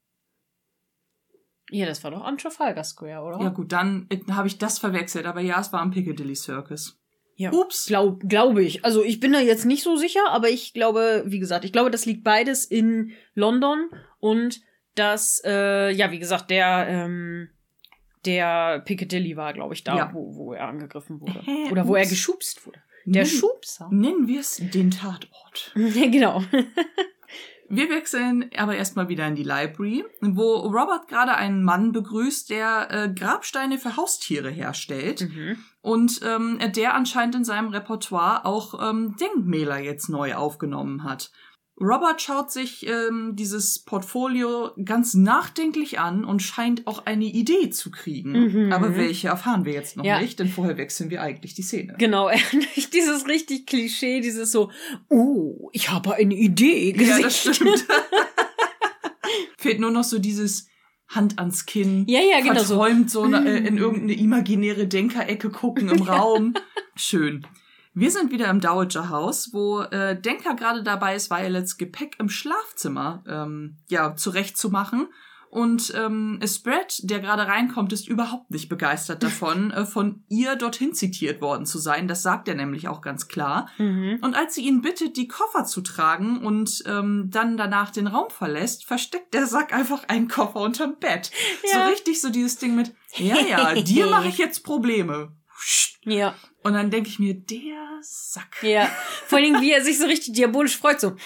Ja, das war doch am Trafalgar Square, oder? Ja gut, dann habe ich das verwechselt. Aber ja, es war am Piccadilly Circus. Ja. Ups. Glaube ich. Also ich bin da jetzt nicht so sicher, aber ich glaube, wie gesagt, das liegt beides in London und das, wie gesagt, der Piccadilly war, glaube ich, da, wo er angegriffen wurde. Oder wo er geschubst wurde. Der Schubser. Nennen wir es den Tatort. Ja, genau. Wir wechseln aber erstmal wieder in die Library, wo Robert gerade einen Mann begrüßt, der Grabsteine für Haustiere herstellt. Und der anscheinend in seinem Repertoire auch Denkmäler jetzt neu aufgenommen hat. Robert schaut sich dieses Portfolio ganz nachdenklich an und scheint auch eine Idee zu kriegen. Aber welche erfahren wir jetzt noch nicht, denn vorher wechseln wir eigentlich die Szene. Genau, dieses richtig Klischee, dieses so, ich habe eine Idee gesehen. Ja, das stimmt. Fehlt nur noch so dieses Hand ans Kinn, genau, verträumt so in irgendeine imaginäre Denkerecke gucken im Raum. Schön. Wir sind wieder im Dowager House, wo Denker gerade dabei ist, Violets Gepäck im Schlafzimmer zurechtzumachen. Und Spread, der gerade reinkommt, ist überhaupt nicht begeistert davon, von ihr dorthin zitiert worden zu sein. Das sagt er nämlich auch ganz klar. Und als sie ihn bittet, die Koffer zu tragen und dann danach den Raum verlässt, versteckt der Sack einfach einen Koffer unterm Bett. Ja. So richtig so dieses Ding mit, dir mache ich jetzt Probleme. Ja. Und dann denke ich mir, der Sack. Ja, vor allem, wie er sich so richtig diabolisch freut, so.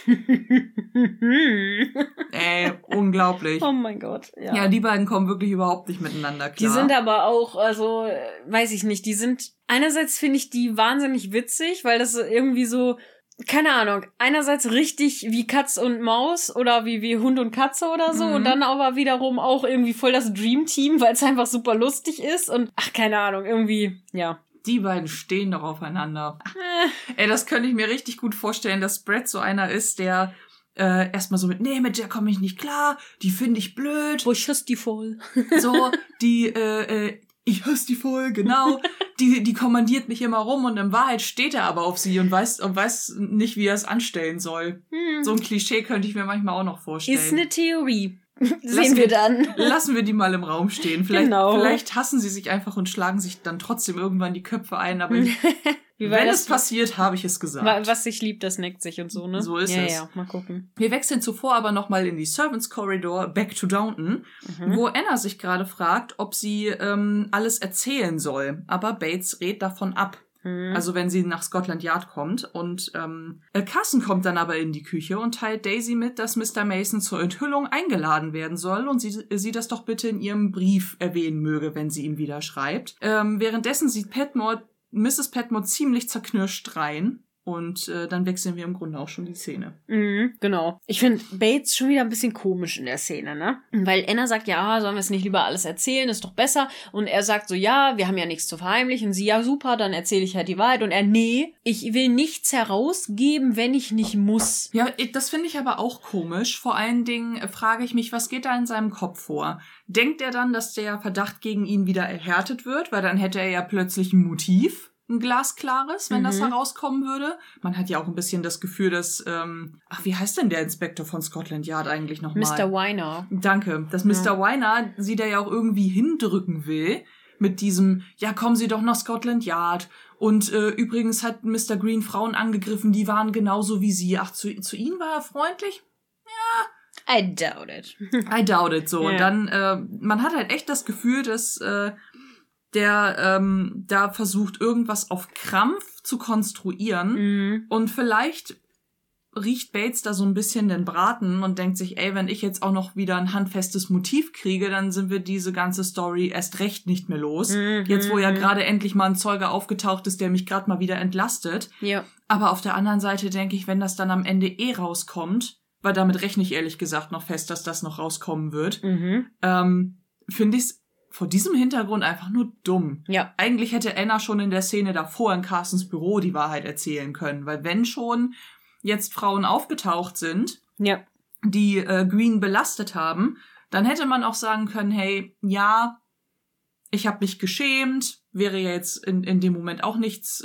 Unglaublich. Oh mein Gott, ja. Ja, die beiden kommen wirklich überhaupt nicht miteinander klar. Die sind aber auch, also, weiß ich nicht, einerseits finde ich die wahnsinnig witzig, weil das irgendwie so, keine Ahnung, einerseits richtig wie Katz und Maus oder wie Hund und Katze oder so und dann aber wiederum auch irgendwie voll das Dream-Team, weil es einfach super lustig ist und, keine Ahnung, irgendwie, ja. Die beiden stehen doch aufeinander. Das könnte ich mir richtig gut vorstellen, dass Brad so einer ist, der erstmal so mit der komme ich nicht klar, die finde ich blöd. Wo ich hasse die voll. So, ich hasse die voll, genau. Die kommandiert mich immer rum und in Wahrheit steht er aber auf sie und weiß nicht, wie er es anstellen soll. So ein Klischee könnte ich mir manchmal auch noch vorstellen. Ist eine Theorie. Sehen wir dann. Lassen wir die mal im Raum stehen. Vielleicht hassen sie sich einfach und schlagen sich dann trotzdem irgendwann die Köpfe ein, aber wenn es passiert, habe ich es gesagt. Was sich liebt, das neckt sich und so, ne? So ist es. Ja, mal gucken. Wir wechseln zuvor aber nochmal in die Servants Corridor, back to Downton, wo Anna sich gerade fragt, ob sie alles erzählen soll. Aber Bates rät davon ab. Also wenn sie nach Scotland Yard kommt. Und Carson kommt dann aber in die Küche und teilt Daisy mit, dass Mr. Mason zur Enthüllung eingeladen werden soll und sie das doch bitte in ihrem Brief erwähnen möge, wenn sie ihm wieder schreibt. Währenddessen sieht Mrs. Petmore ziemlich zerknirscht rein. Und dann wechseln wir im Grunde auch schon die Szene. Genau. Ich finde Bates schon wieder ein bisschen komisch in der Szene, ne? Weil Anna sagt, ja, sollen wir es nicht lieber alles erzählen, ist doch besser. Und er sagt so, ja, wir haben ja nichts zu verheimlichen. Und sie, ja, super, dann erzähle ich halt die Wahrheit. Und er, nee, ich will nichts herausgeben, wenn ich nicht muss. Ja, das finde ich aber auch komisch. Vor allen Dingen frage ich mich, was geht da in seinem Kopf vor? Denkt er dann, dass der Verdacht gegen ihn wieder erhärtet wird? Weil dann hätte er ja plötzlich ein Motiv. Ein glasklares, wenn das herauskommen würde. Man hat ja auch ein bisschen das Gefühl, dass, wie heißt denn der Inspektor von Scotland Yard eigentlich nochmal? Mr. Weiner. Danke. Dass Mr. Weiner sie da ja auch irgendwie hindrücken will mit diesem, ja, kommen Sie doch nach Scotland Yard. Und übrigens hat Mr. Green Frauen angegriffen, die waren genauso wie Sie. Ach, zu Ihnen war er freundlich? Ja. I doubt it. I doubt it, so. Ja. Und dann, man hat halt echt das Gefühl, dass der da versucht, irgendwas auf Krampf zu konstruieren. Und vielleicht riecht Bates da so ein bisschen den Braten und denkt sich, ey, wenn ich jetzt auch noch wieder ein handfestes Motiv kriege, dann sind wir diese ganze Story erst recht nicht mehr los. Jetzt, wo ja gerade endlich mal ein Zeuge aufgetaucht ist, der mich gerade mal wieder entlastet. Ja. Aber auf der anderen Seite denke ich, wenn das dann am Ende rauskommt, weil damit rechne ich ehrlich gesagt noch fest, dass das noch rauskommen wird, finde ich es vor diesem Hintergrund einfach nur dumm. Ja. Eigentlich hätte Anna schon in der Szene davor in Carsons Büro die Wahrheit erzählen können, weil wenn schon jetzt Frauen aufgetaucht sind, die Green belastet haben, dann hätte man auch sagen können, hey, ja, ich habe mich geschämt, wäre ja jetzt in dem Moment auch nichts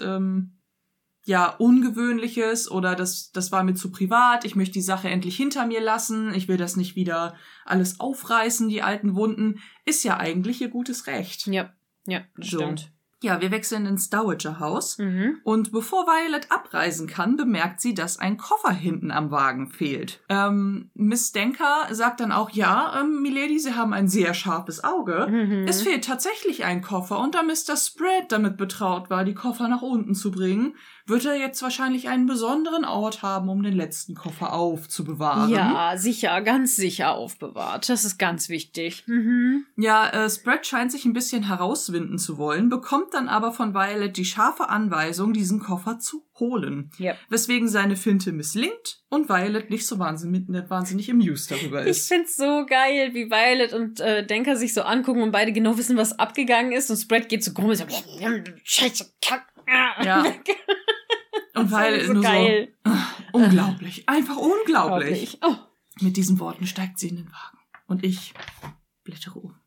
Ungewöhnliches oder das war mir zu privat, ich möchte die Sache endlich hinter mir lassen, ich will das nicht wieder alles aufreißen, die alten Wunden, ist ja eigentlich ihr gutes Recht. Ja, das stimmt. Ja, wir wechseln ins Dowager-Haus und bevor Violet abreisen kann, bemerkt sie, dass ein Koffer hinten am Wagen fehlt. Miss Denker sagt dann auch, ja, Milady, Sie haben ein sehr scharfes Auge. Es fehlt tatsächlich ein Koffer und da Mr. Spread damit betraut war, die Koffer nach unten zu bringen, wird er jetzt wahrscheinlich einen besonderen Ort haben, um den letzten Koffer aufzubewahren. Ja, sicher, ganz sicher aufbewahrt. Das ist ganz wichtig. Ja, Spread scheint sich ein bisschen herauswinden zu wollen, bekommt dann aber von Violet die scharfe Anweisung, diesen Koffer zu holen. Yep. Weswegen seine Finte misslingt und Violet nicht so wahnsinnig amused darüber ist. Ich find's so geil, wie Violet und Denker sich so angucken und beide genau wissen, was abgegangen ist und Spread geht so krumm und so, Scheiße, Kack. Ja. Und Violet so nur geil. So, unglaublich, einfach unglaublich. Oh. Mit diesen Worten steigt sie in den Wagen und ich blättere um.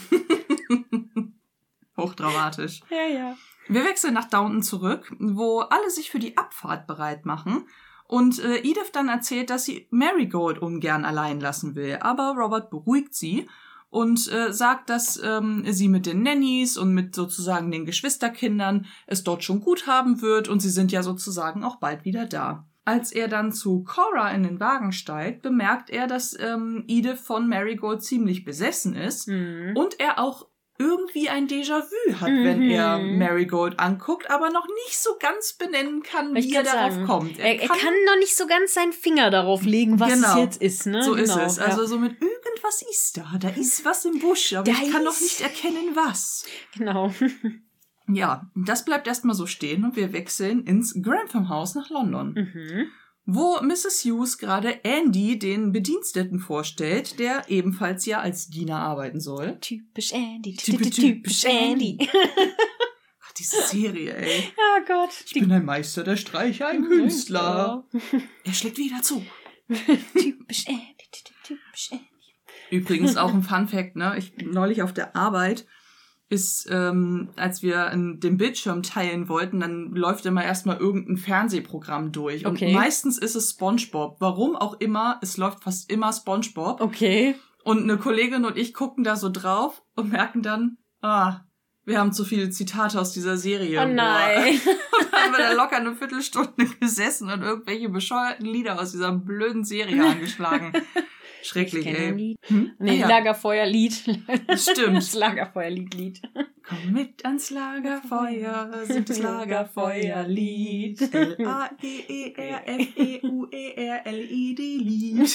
Hochdramatisch. Ja. Wir wechseln nach Downton zurück, wo alle sich für die Abfahrt bereit machen und Edith dann erzählt, dass sie Marigold ungern allein lassen will, aber Robert beruhigt sie und sagt, dass sie mit den Nannies und mit sozusagen den Geschwisterkindern es dort schon gut haben wird und sie sind ja sozusagen auch bald wieder da. Als er dann zu Cora in den Wagen steigt, bemerkt er, dass Edith von Marigold ziemlich besessen ist und er auch irgendwie ein Déjà-vu hat, wenn er Marigold anguckt, aber noch nicht so ganz benennen kann, wie er darauf kommt. Er kann noch nicht so ganz seinen Finger darauf legen, was es jetzt ist. Ne? So ist es. Also so mit irgendwas ist da. Da ist was im Busch, aber ich kann noch nicht erkennen, was. Genau. Ja, das bleibt erstmal so stehen und wir wechseln ins Grantham House nach London. Wo Mrs. Hughes gerade Andy, den Bediensteten, vorstellt, der ebenfalls ja als Diener arbeiten soll. Typisch Andy, typisch Andy. Gott, diese Serie, ey. Oh Gott. Ich bin ein Meister der Streicher, ein Künstler. Er schlägt wieder zu. Typisch Andy. Übrigens auch ein Funfact, ne? Neulich auf der Arbeit ist, als wir den Bildschirm teilen wollten, dann läuft immer erstmal irgendein Fernsehprogramm durch. Und meistens ist es SpongeBob. Warum auch immer, es läuft fast immer SpongeBob. Okay. Und eine Kollegin und ich gucken da so drauf und merken dann, wir haben zu viele Zitate aus dieser Serie. Oh nein. Und dann haben wir da locker eine Viertelstunde gesessen und irgendwelche bescheuerten Lieder aus dieser blöden Serie angeschlagen. Schrecklich, ey. Nee, Lagerfeuerlied. Stimmt. Das Lagerfeuerlied. Komm mit ans Lagerfeuer, singt das Lagerfeuerlied. Laeerfeuerlied.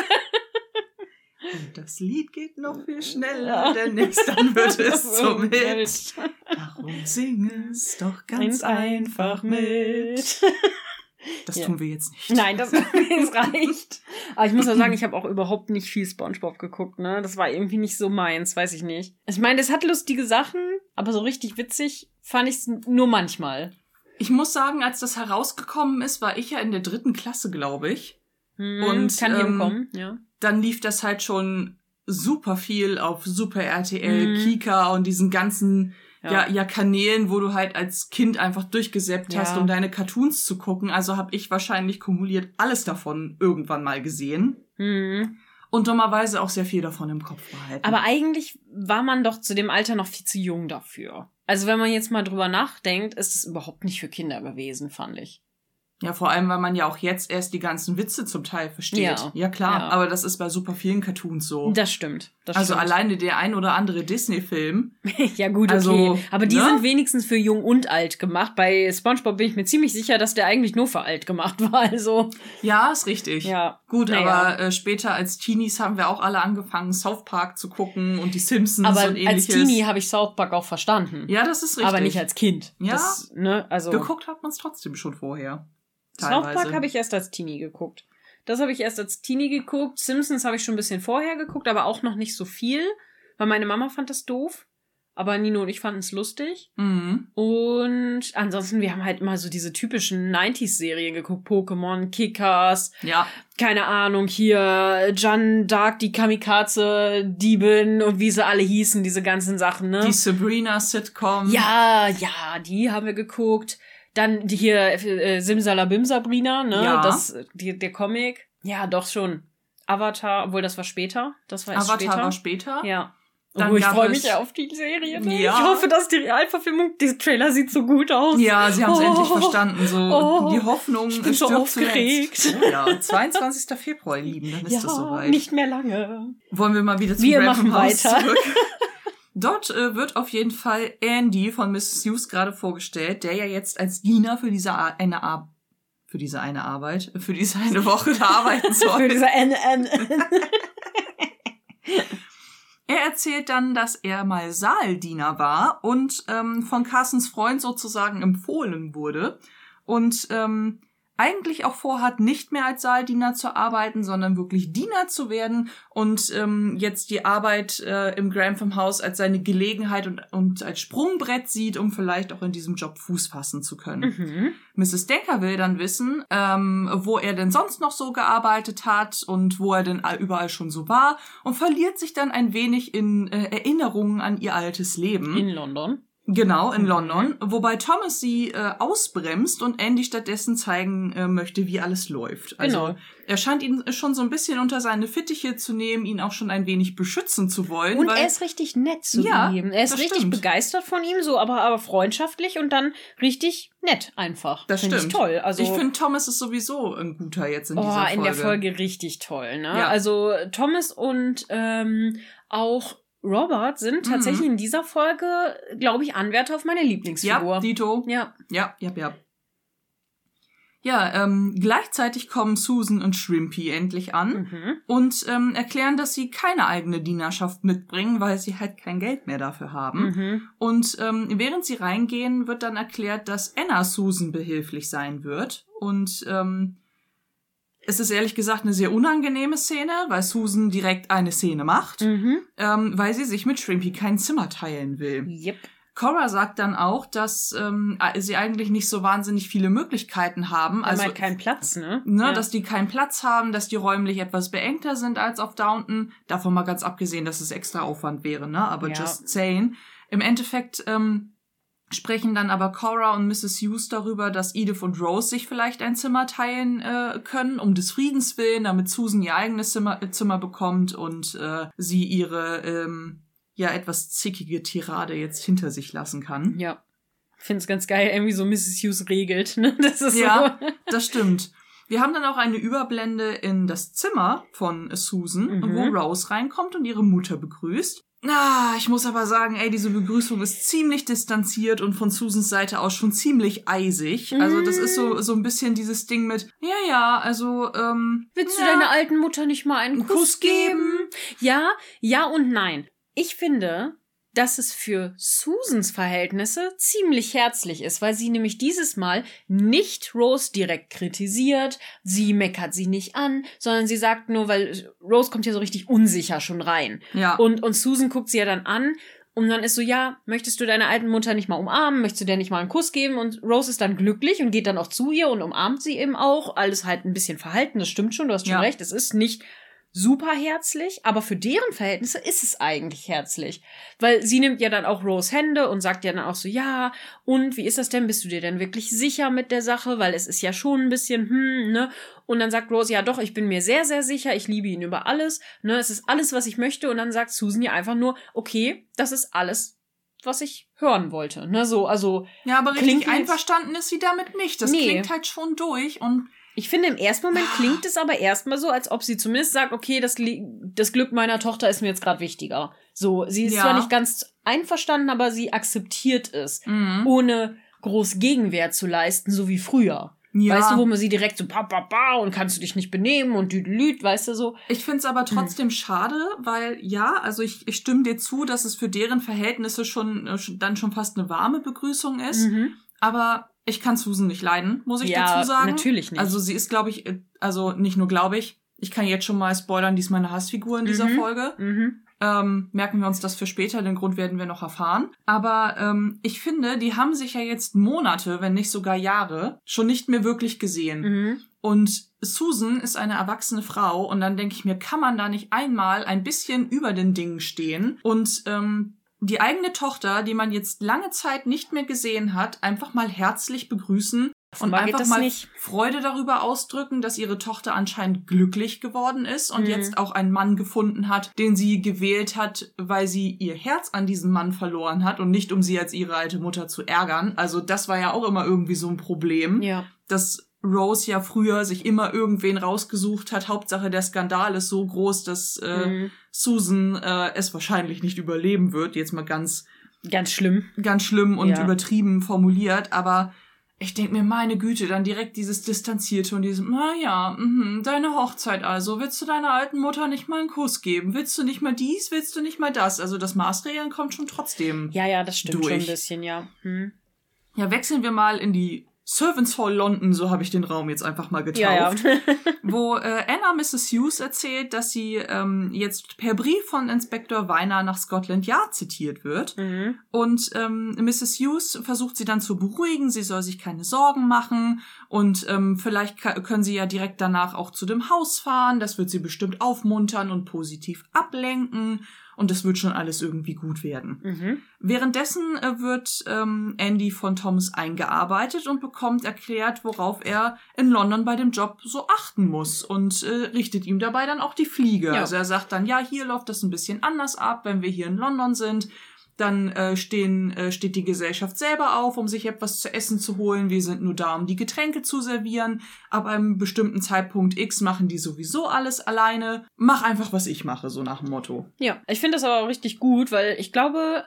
Und das Lied geht noch viel schneller, denn dann wird es zum Hit. Darum sing es doch ganz einfach mit. Das tun wir jetzt nicht. Nein, das reicht. Aber ich muss ja sagen, ich habe auch überhaupt nicht viel SpongeBob geguckt, ne? Das war irgendwie nicht so meins, weiß ich nicht. Ich meine, das hat lustige Sachen, aber so richtig witzig fand ich es nur manchmal. Ich muss sagen, als das herausgekommen ist, war ich ja in der 3. Klasse, glaube ich. Und kann hinkommen, ja. Dann lief das halt schon super viel auf Super RTL, Kika und diesen ganzen Kanälen, wo du halt als Kind einfach durchgesäppt hast, um deine Cartoons zu gucken. Also habe ich wahrscheinlich kumuliert alles davon irgendwann mal gesehen. Und dummerweise auch sehr viel davon im Kopf behalten. Aber eigentlich war man doch zu dem Alter noch viel zu jung dafür. Also wenn man jetzt mal drüber nachdenkt, ist es überhaupt nicht für Kinder gewesen, fand ich. Ja, vor allem, weil man ja auch jetzt erst die ganzen Witze zum Teil versteht. Ja, klar. Ja. Aber das ist bei super vielen Cartoons so. Das stimmt. Alleine der ein oder andere Disney-Film. Ja gut, okay. Also, aber die sind wenigstens für jung und alt gemacht. Bei SpongeBob bin ich mir ziemlich sicher, dass der eigentlich nur für alt gemacht war. Also ja, ist richtig. Ja. Gut, aber später als Teenies haben wir auch alle angefangen, South Park zu gucken und die Simpsons aber und ähnliches. Als Teenie habe ich South Park auch verstanden. Ja, das ist richtig. Aber nicht als Kind. Ja, also geguckt hat man es trotzdem schon vorher. South Park habe ich erst als Teenie geguckt. Simpsons habe ich schon ein bisschen vorher geguckt, aber auch noch nicht so viel, weil meine Mama fand das doof. Aber Nino und ich fanden es lustig. Und ansonsten, wir haben halt immer so diese typischen 90s-Serien geguckt. Pokémon, Kickers. Ja. Keine Ahnung, hier Jeanne d'Arc, die Kamikaze-Diebin und wie sie alle hießen, diese ganzen Sachen, ne? Die Sabrina-Sitcom. Ja, die haben wir geguckt. Dann hier Simsalabim Sabrina, ne? Ja. Der Comic. Ja, doch schon. Avatar, obwohl das war später. Avatar war später. Ja. Dann ich freue mich auf die Serie. Ne? Ja. Ich hoffe, dass die Realverfilmung, dieser Trailer sieht so gut aus. Ja, sie haben es endlich verstanden. Die Hoffnung ich bin so aufgeregt. Oh ja, 22. Februar, Lieben, dann ist das soweit. Nicht mehr lange. Wollen wir mal wieder zum Wir Random machen House weiter. zurück? Dort wird auf jeden Fall Andy von Mrs. Hughes gerade vorgestellt, der ja jetzt als Diener für diese eine Woche da arbeiten soll. Für diese Er erzählt dann, dass er mal Saaldiener war und von Carstens Freund sozusagen empfohlen wurde und eigentlich auch vorhat, nicht mehr als Saaldiener zu arbeiten, sondern wirklich Diener zu werden und jetzt die Arbeit im Grantham House als seine Gelegenheit und als Sprungbrett sieht, um vielleicht auch in diesem Job Fuß fassen zu können. Mrs. Decker will dann wissen, wo er denn sonst noch so gearbeitet hat und wo er denn überall schon so war und verliert sich dann ein wenig in Erinnerungen an ihr altes Leben. In London. Genau, in London, wobei Thomas sie ausbremst und Andy stattdessen zeigen möchte, wie alles läuft. Also er scheint ihn schon so ein bisschen unter seine Fittiche zu nehmen, ihn auch schon ein wenig beschützen zu wollen. Und er ist richtig nett zu ihm. Er ist richtig begeistert von ihm, so aber freundschaftlich und dann richtig nett einfach. Das stimmt. Ich toll. Also ich finde, Thomas ist sowieso ein guter jetzt in dieser Folge. In der Folge richtig toll, ne? Ja. Also Thomas und auch Robert sind tatsächlich in dieser Folge, glaube ich, Anwärter auf meine Lieblingsfigur. Ja, Dito. Ja. Ja, gleichzeitig kommen Susan und Shrimpy endlich an und erklären, dass sie keine eigene Dienerschaft mitbringen, weil sie halt kein Geld mehr dafür haben. Und während sie reingehen, wird dann erklärt, dass Anna Susan behilflich sein wird. Und es ist ehrlich gesagt eine sehr unangenehme Szene, weil Susan direkt eine Szene macht, weil sie sich mit Shrimpy kein Zimmer teilen will. Yep. Cora sagt dann auch, dass sie eigentlich nicht so wahnsinnig viele Möglichkeiten haben. Also halt keinen Platz, ne? Ja. Dass die keinen Platz haben, dass die räumlich etwas beengter sind als auf Downton. Davon mal ganz abgesehen, dass es extra Aufwand wäre, ne? Aber just saying. Im Endeffekt sprechen dann aber Cora und Mrs. Hughes darüber, dass Edith und Rose sich vielleicht ein Zimmer teilen können, um des Friedens willen, damit Susan ihr eigenes Zimmer bekommt und sie ihre etwas zickige Tirade jetzt hinter sich lassen kann. Ja. Ich finde es ganz geil, irgendwie so Mrs. Hughes regelt, ne? Das ist ja, das stimmt. Wir haben dann auch eine Überblende in das Zimmer von Susan, wo Rose reinkommt und ihre Mutter begrüßt. Ich muss aber sagen, diese Begrüßung ist ziemlich distanziert und von Susans Seite aus schon ziemlich eisig. Also das ist so ein bisschen dieses Ding mit, willst du deiner alten Mutter nicht mal einen Kuss geben? Ja und nein. Ich finde, dass es für Susans Verhältnisse ziemlich herzlich ist, weil sie nämlich dieses Mal nicht Rose direkt kritisiert, sie meckert sie nicht an, sondern sie sagt nur, weil Rose kommt ja so richtig unsicher schon rein. Ja. Und Susan guckt sie ja dann an und dann ist so, ja, möchtest du deine alten Mutter nicht mal umarmen, möchtest du der nicht mal einen Kuss geben? Und Rose ist dann glücklich und geht dann auch zu ihr und umarmt sie eben auch. Alles halt ein bisschen verhalten, das stimmt schon, du hast schon recht, es ist nicht super herzlich, aber für deren Verhältnisse ist es eigentlich herzlich. Weil sie nimmt ja dann auch Rose Hände und sagt ja dann auch so, ja, und wie ist das denn? Bist du dir denn wirklich sicher mit der Sache? Weil es ist ja schon ein bisschen, ne? Und dann sagt Rose, ja doch, ich bin mir sehr, sehr sicher, ich liebe ihn über alles, ne? Es ist alles, was ich möchte. Und dann sagt Susan ja einfach nur, okay, das ist alles, was ich hören wollte, ne? So, also. Ja, aber richtig einverstanden ist sie damit nicht. Das klingt halt schon durch und ich finde, im ersten Moment klingt es aber erstmal so, als ob sie zumindest sagt, okay, das Glück meiner Tochter ist mir jetzt gerade wichtiger. So, sie ist zwar nicht ganz einverstanden, aber sie akzeptiert es, ohne groß Gegenwehr zu leisten, so wie früher. Ja. Weißt du, wo man sie direkt so und kannst du dich nicht benehmen und düdelüt, weißt du so. Ich find's aber trotzdem schade, weil ich stimme dir zu, dass es für deren Verhältnisse dann schon fast eine warme Begrüßung ist. Aber ich kann Susan nicht leiden, muss ich dazu sagen. Natürlich nicht. Also sie ist, glaube ich, nicht nur glaube ich kann jetzt schon mal spoilern, die ist meine Hassfigur in dieser Folge. Merken wir uns das für später, den Grund werden wir noch erfahren. Aber ich finde, die haben sich ja jetzt Monate, wenn nicht sogar Jahre, schon nicht mehr wirklich gesehen. Und Susan ist eine erwachsene Frau und dann denke ich mir, kann man da nicht einmal ein bisschen über den Dingen stehen und die eigene Tochter, die man jetzt lange Zeit nicht mehr gesehen hat, einfach mal herzlich begrüßen und einfach mal Freude darüber ausdrücken, dass ihre Tochter anscheinend glücklich geworden ist und jetzt auch einen Mann gefunden hat, den sie gewählt hat, weil sie ihr Herz an diesen Mann verloren hat und nicht, um sie als ihre alte Mutter zu ärgern. Also das war ja auch immer irgendwie so ein Problem, dass Rose ja früher sich immer irgendwen rausgesucht hat. Hauptsache der Skandal ist so groß, dass Susan es wahrscheinlich nicht überleben wird. Jetzt mal ganz schlimm. Ganz schlimm und übertrieben formuliert. Aber ich denke mir, meine Güte, dann direkt dieses Distanzierte und dieses, deine Hochzeit also. Willst du deiner alten Mutter nicht mal einen Kuss geben? Willst du nicht mal dies? Willst du nicht mal das? Also das Maßregeln kommt schon trotzdem Ja, das stimmt schon ein bisschen, ja. Ja, wechseln wir mal in die Servants Hall London, so habe ich den Raum jetzt einfach mal getauft, wo Anna Mrs. Hughes erzählt, dass sie jetzt per Brief von Inspektor Weiner nach Scotland Yard zitiert wird. Und Mrs. Hughes versucht sie dann zu beruhigen, sie soll sich keine Sorgen machen und vielleicht können sie ja direkt danach auch zu dem Haus fahren, das wird sie bestimmt aufmuntern und positiv ablenken. Und das wird schon alles irgendwie gut werden. Währenddessen wird Andy von Thomas eingearbeitet und bekommt erklärt, worauf er in London bei dem Job so achten muss und richtet ihm dabei dann auch die Fliege. Ja. Also er sagt dann, ja, hier läuft das ein bisschen anders ab, wenn wir hier in London sind. Dann steht die Gesellschaft selber auf, um sich etwas zu essen zu holen. Wir sind nur da, um die Getränke zu servieren. Ab einem bestimmten Zeitpunkt X machen die sowieso alles alleine. Mach einfach, was ich mache, so nach dem Motto. Ja, ich finde das aber auch richtig gut, weil ich glaube,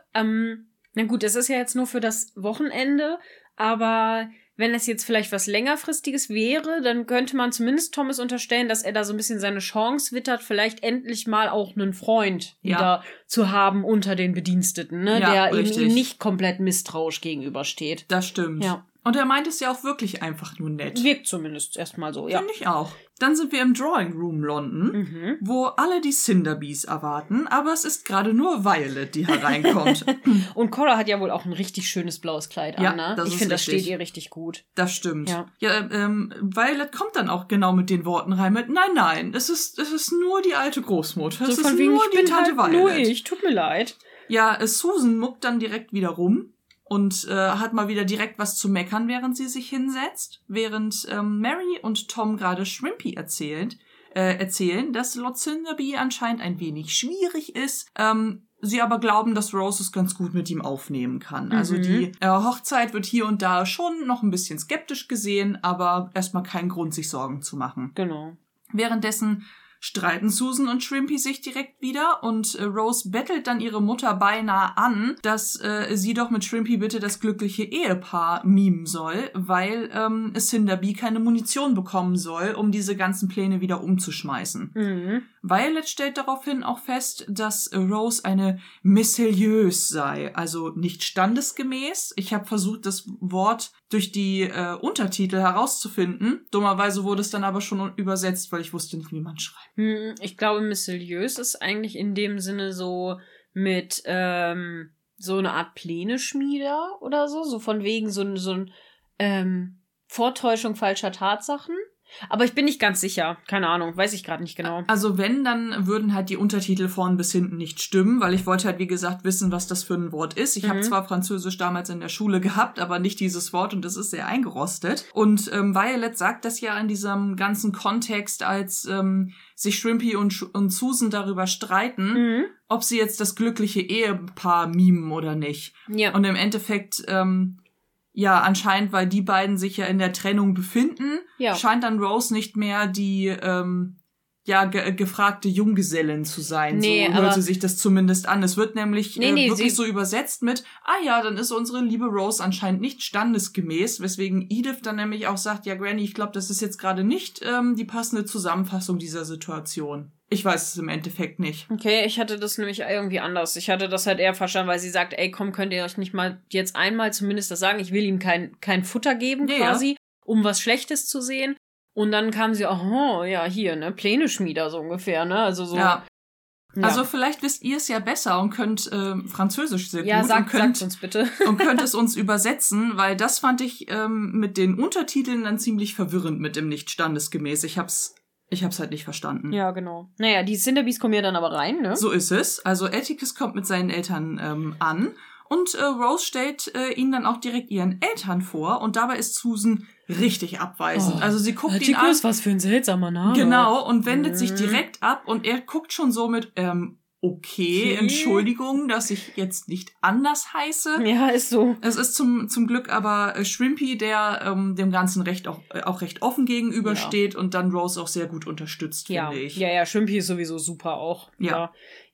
na gut, es ist ja jetzt nur für das Wochenende, aber wenn es jetzt vielleicht was längerfristiges wäre, dann könnte man zumindest Thomas unterstellen, dass er da so ein bisschen seine Chance wittert, vielleicht endlich mal auch einen Freund wieder zu haben unter den Bediensteten, ne? Der ihm nicht komplett misstrauisch gegenübersteht. Das stimmt. Ja. Und er meint es ja auch wirklich einfach nur nett. Wirkt zumindest erstmal so, ja. Finde ich auch. Dann sind wir im Drawing Room London, wo alle die Cinderbees erwarten, aber es ist gerade nur Violet, die hereinkommt. Und Cora hat ja wohl auch ein richtig schönes blaues Kleid an, ne? Ich finde, das steht ihr richtig gut. Das stimmt. Ja, Violet kommt dann auch genau mit den Worten rein mit, nein, es ist nur die alte Großmutter. Es ist nur die Tante Violet. Nur ich, tut mir leid. Ja, Susan muckt dann direkt wieder rum. Und hat mal wieder direkt was zu meckern, während sie sich hinsetzt. Während Mary und Tom gerade Shrimpy erzählen, dass Lord Cinderby anscheinend ein wenig schwierig ist. Sie aber glauben, dass Rose es ganz gut mit ihm aufnehmen kann. Also die Hochzeit wird hier und da schon noch ein bisschen skeptisch gesehen, aber erstmal kein Grund, sich Sorgen zu machen. Genau. Währenddessen streiten Susan und Shrimpy sich direkt wieder und Rose bettelt dann ihre Mutter beinahe an, dass sie doch mit Shrimpy bitte das glückliche Ehepaar mimen soll, weil Cinderbee keine Munition bekommen soll, um diese ganzen Pläne wieder umzuschmeißen. Mhm. Violet stellt daraufhin auch fest, dass Rose eine misseliös sei, also nicht standesgemäß. Ich habe versucht, das Wort durch die Untertitel herauszufinden. Dummerweise wurde es dann aber schon übersetzt, weil ich wusste nicht, wie man schreibt. Ich glaube, misseliös ist eigentlich in dem Sinne so mit so eine Art Pläneschmieder oder so von wegen so ein Vortäuschung falscher Tatsachen. Aber ich bin nicht ganz sicher. Keine Ahnung, weiß ich gerade nicht genau. Also wenn, dann würden halt die Untertitel vorn bis hinten nicht stimmen, weil ich wollte halt, wie gesagt, wissen, was das für ein Wort ist. Ich habe zwar Französisch damals in der Schule gehabt, aber nicht dieses Wort und das ist sehr eingerostet. Und Violet sagt das ja in diesem ganzen Kontext, als sich Shrimpy und Susan darüber streiten, ob sie jetzt das glückliche Ehepaar mimen oder nicht. Ja. Und im Endeffekt... ja, anscheinend, weil die beiden sich ja in der Trennung befinden, scheint dann Rose nicht mehr die gefragte Junggesellin zu sein. Nee, so hört sie sich das zumindest an. Es wird nämlich wirklich so übersetzt mit, dann ist unsere liebe Rose anscheinend nicht standesgemäß, weswegen Edith dann nämlich auch sagt, ja Granny, ich glaube, das ist jetzt gerade nicht die passende Zusammenfassung dieser Situation. Ich weiß es im Endeffekt nicht. Okay, ich hatte das nämlich irgendwie anders. Ich hatte das halt eher verstanden, weil sie sagt, ey, komm, könnt ihr euch nicht mal jetzt einmal zumindest das sagen? Ich will ihm kein Futter geben quasi, um was Schlechtes zu sehen. Und dann kam sie, hier, ne, Pläneschmieder so ungefähr, ne, also so. Ja. Also vielleicht wisst ihr es ja besser und könnt Französisch sehr gut sagt uns bitte. und könnt es uns übersetzen, weil das fand ich mit den Untertiteln dann ziemlich verwirrend mit dem nicht standesgemäß. Ich hab's halt nicht verstanden. Ja, genau. Naja, die Cinderbees kommen ja dann aber rein, ne? So ist es. Also Atticus kommt mit seinen Eltern an und Rose stellt ihn dann auch direkt ihren Eltern vor und dabei ist Susan richtig abweisend. Also sie guckt ihn an. Atticus, was für ein seltsamer Name. Genau, und wendet sich direkt ab und er guckt schon so mit, okay, Entschuldigung, dass ich jetzt nicht anders heiße. Ja, ist so. Es ist zum Glück aber Shrimpy, der dem Ganzen auch recht offen gegenübersteht und dann Rose auch sehr gut unterstützt, finde ich. Ja, Shrimpy ist sowieso super auch. Ja.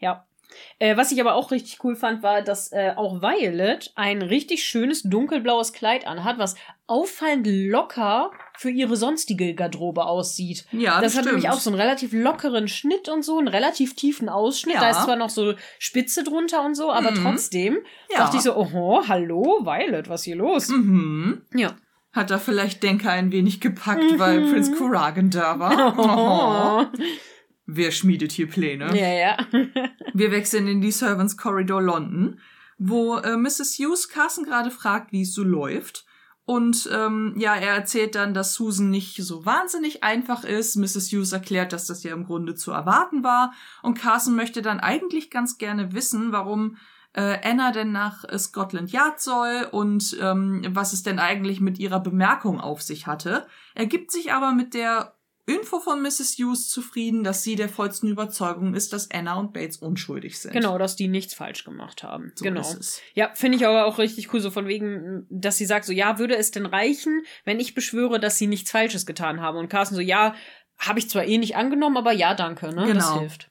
Was ich aber auch richtig cool fand, war, dass auch Violet ein richtig schönes dunkelblaues Kleid anhat, was auffallend locker für ihre sonstige Garderobe aussieht. Ja, das hat stimmt. nämlich auch so einen relativ lockeren Schnitt und so, einen relativ tiefen Ausschnitt. Ja. Da ist zwar noch so Spitze drunter und so, aber trotzdem dachte ich so, hallo, Violet, was ist hier los? Ja. Hat da vielleicht Denker ein wenig gepackt, weil Prinz Kuragan da war. Wer schmiedet hier Pläne? Ja. Wir wechseln in die Servants Corridor London, wo Mrs. Hughes Carson gerade fragt, wie es so läuft. Und er erzählt dann, dass Susan nicht so wahnsinnig einfach ist. Mrs. Hughes erklärt, dass das ja im Grunde zu erwarten war. Und Carson möchte dann eigentlich ganz gerne wissen, warum Anna denn nach Scotland Yard soll und was es denn eigentlich mit ihrer Bemerkung auf sich hatte. Er gibt sich aber mit der Info von Mrs. Hughes zufrieden, dass sie der vollsten Überzeugung ist, dass Anna und Bates unschuldig sind. Genau, dass die nichts falsch gemacht haben. So genau. ist es. Ja, finde ich aber auch richtig cool, so von wegen, dass sie sagt so, ja, würde es denn reichen, wenn ich beschwöre, dass sie nichts Falsches getan haben? Und Carsten so, ja, habe ich zwar nicht angenommen, aber ja, danke, ne? Genau. Das hilft.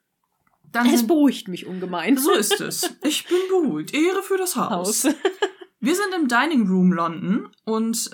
Es beruhigt mich ungemein. So ist es. Ich bin beruhigt. Ehre für das Haus. Wir sind im Dining Room London und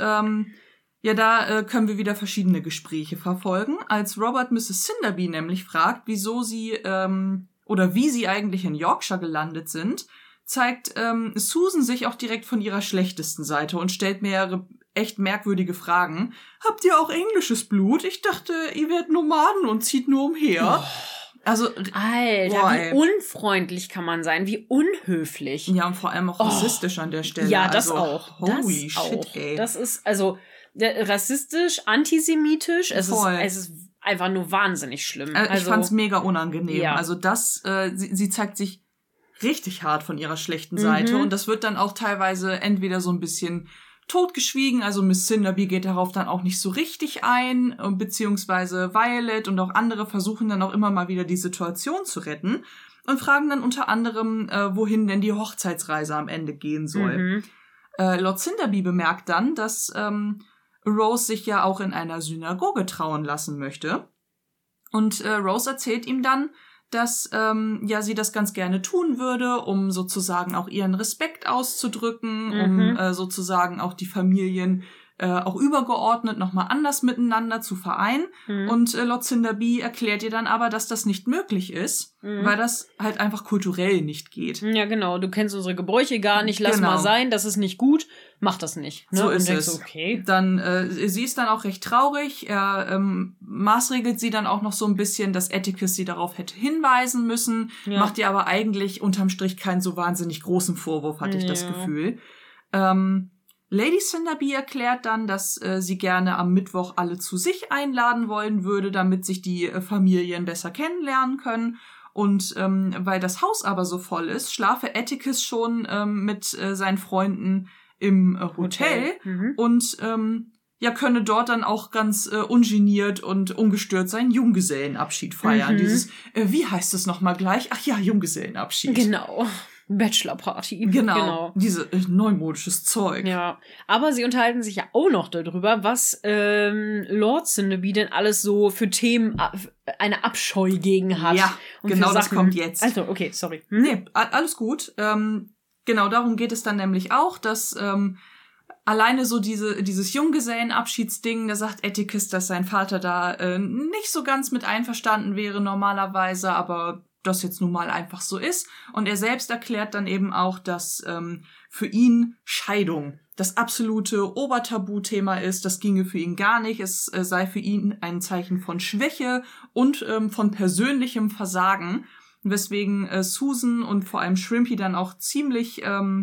da können wir wieder verschiedene Gespräche verfolgen. Als Robert Mrs. Cinderbee nämlich fragt, wieso sie oder wie sie eigentlich in Yorkshire gelandet sind, zeigt Susan sich auch direkt von ihrer schlechtesten Seite und stellt mehrere echt merkwürdige Fragen. Habt ihr auch englisches Blut? Ich dachte, ihr werdet Nomaden und zieht nur umher. Also, Alter, wie unfreundlich kann man sein, wie unhöflich. Ja, und vor allem auch rassistisch an der Stelle. Ja, das also, auch. Holy das shit, auch. ey. Das ist, also, rassistisch, antisemitisch, es ist einfach nur wahnsinnig schlimm. Ich fand's mega unangenehm. Ja. Also sie zeigt sich richtig hart von ihrer schlechten Seite und das wird dann auch teilweise entweder so ein bisschen totgeschwiegen, also Miss Cinderbee geht darauf dann auch nicht so richtig ein, beziehungsweise Violet und auch andere versuchen dann auch immer mal wieder die Situation zu retten und fragen dann unter anderem, wohin denn die Hochzeitsreise am Ende gehen soll. Lord Cinderbee bemerkt dann, dass Rose sich ja auch in einer Synagoge trauen lassen möchte. Und Rose erzählt ihm dann, dass sie das ganz gerne tun würde, um sozusagen auch ihren Respekt auszudrücken, um sozusagen auch die Familien auch übergeordnet nochmal anders miteinander zu vereinen. Und Lord Cinderbee erklärt ihr dann aber, dass das nicht möglich ist, weil das halt einfach kulturell nicht geht. Ja, genau. Du kennst unsere Gebräuche gar nicht. Lass mal sein. Das ist nicht gut. Mach das nicht. Ne? So ist denkst, es. Okay. Dann, sie ist dann auch recht traurig. Er maßregelt sie dann auch noch so ein bisschen, dass Atticus sie darauf hätte hinweisen müssen. Ja. Macht ihr aber eigentlich unterm Strich keinen so wahnsinnig großen Vorwurf, hatte ich das Gefühl. Lady Cinderbee erklärt dann, dass sie gerne am Mittwoch alle zu sich einladen wollen würde, damit sich die Familien besser kennenlernen können. Und weil das Haus aber so voll ist, schlafe Atticus schon mit seinen Freunden im Hotel. Und könne dort dann auch ganz ungeniert und ungestört seinen Junggesellenabschied feiern. Dieses, wie heißt es nochmal gleich? Ach ja, Junggesellenabschied. Genau. Bachelor-Party. Genau. Diese neumodisches Zeug. Ja, aber sie unterhalten sich ja auch noch darüber, was Lord Cinderbee denn alles so für Themen eine Abscheu gegen hat. Ja, und genau, das kommt jetzt. Also, okay, sorry. Nee, alles gut. Genau, darum geht es dann nämlich auch, dass alleine so dieses Junggesellenabschiedsding, da sagt Atticus, dass sein Vater da nicht so ganz mit einverstanden wäre normalerweise, aber das jetzt nun mal einfach so ist. Und er selbst erklärt dann eben auch, dass für ihn Scheidung das absolute Obertabuthema ist. Das ginge für ihn gar nicht. Es sei für ihn ein Zeichen von Schwäche und von persönlichem Versagen. Weswegen Susan und vor allem Shrimpy dann auch ziemlich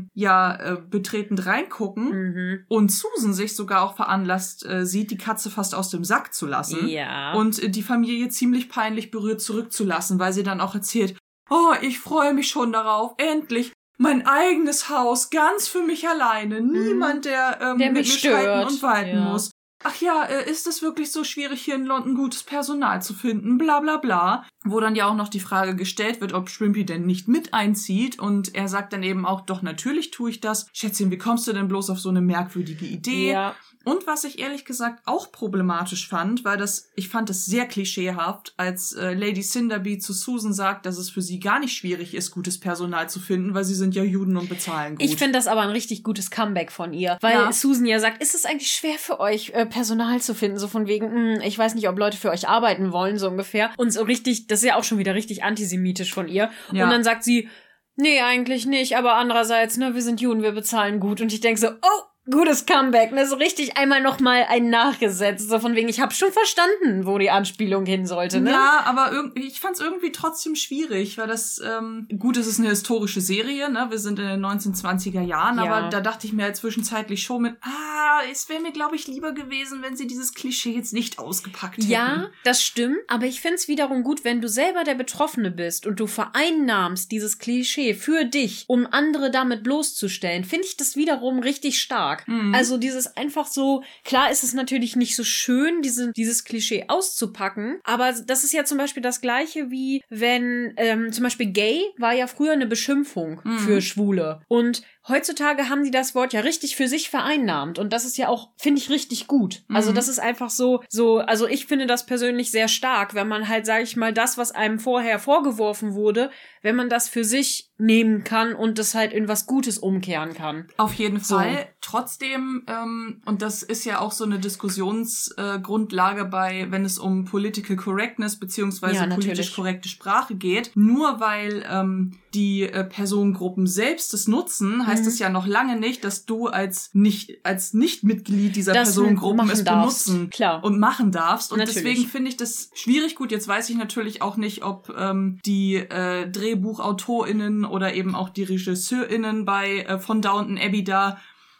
betretend reingucken und Susan sich sogar auch veranlasst sieht, die Katze fast aus dem Sack zu lassen und die Familie ziemlich peinlich berührt zurückzulassen, weil sie dann auch erzählt, oh, ich freue mich schon darauf, endlich mein eigenes Haus, ganz für mich alleine, niemand, der mit mir streiten und walten muss. Ach ja, ist es wirklich so schwierig, hier in London gutes Personal zu finden, bla bla bla. Wo dann ja auch noch die Frage gestellt wird, ob Shrimpy denn nicht mit einzieht. Und er sagt dann eben auch, doch, natürlich tue ich das. Schätzchen, wie kommst du denn bloß auf so eine merkwürdige Idee? Ja. Und was ich ehrlich gesagt auch problematisch fand, weil ich fand es sehr klischeehaft, als Lady Cinderbee zu Susan sagt, dass es für sie gar nicht schwierig ist, gutes Personal zu finden, weil sie sind ja Juden und bezahlen gut. Ich finde das aber ein richtig gutes Comeback von ihr, weil Susan ja sagt, ist es eigentlich schwer für euch, Personal zu finden, so von wegen, ich weiß nicht, ob Leute für euch arbeiten wollen, so ungefähr. Und so richtig, das ist ja auch schon wieder richtig antisemitisch von ihr. Ja. Und dann sagt sie, nee, eigentlich nicht, aber andererseits, wir sind Juden, wir bezahlen gut. Und ich denke so, oh, gutes Comeback, so richtig einmal nochmal ein nachgesetzt, so von wegen, ich habe schon verstanden, wo die Anspielung hin sollte, ne? Ja, aber ich fand's irgendwie trotzdem schwierig, weil das, gut, es ist eine historische Serie, ne, wir sind in den 1920er Jahren, aber da dachte ich mir halt zwischenzeitlich schon mit, es wäre mir, glaube ich, lieber gewesen, wenn sie dieses Klischee jetzt nicht ausgepackt hätten. Ja, das stimmt, aber ich find's wiederum gut, wenn du selber der Betroffene bist und du vereinnahmst dieses Klischee für dich, um andere damit bloßzustellen, finde ich das wiederum richtig stark. Also dieses einfach so, klar ist es natürlich nicht so schön, dieses Klischee auszupacken, aber das ist ja zum Beispiel das Gleiche wie wenn, zum Beispiel gay war ja früher eine Beschimpfung für Schwule und heutzutage haben die das Wort ja richtig für sich vereinnahmt und das ist ja auch, finde ich, richtig gut. Also das ist einfach so, also ich finde das persönlich sehr stark, wenn man halt, sage ich mal, das, was einem vorher vorgeworfen wurde, wenn man das für sich nehmen kann und das halt in was Gutes umkehren kann. Auf jeden Fall. Trotzdem, und das ist ja auch so eine Diskussionsgrundlage wenn es um Political Correctness beziehungsweise politisch korrekte Sprache geht, nur weil die Personengruppen selbst es nutzen, heißt es ja noch lange nicht, dass du als Nicht-Mitglied dieser Personengruppen es benutzen und machen darfst. Und deswegen finde ich das schwierig. Gut, jetzt weiß ich natürlich auch nicht, ob die DrehbuchautorInnen oder eben auch die RegisseurInnen von Downton Abbey da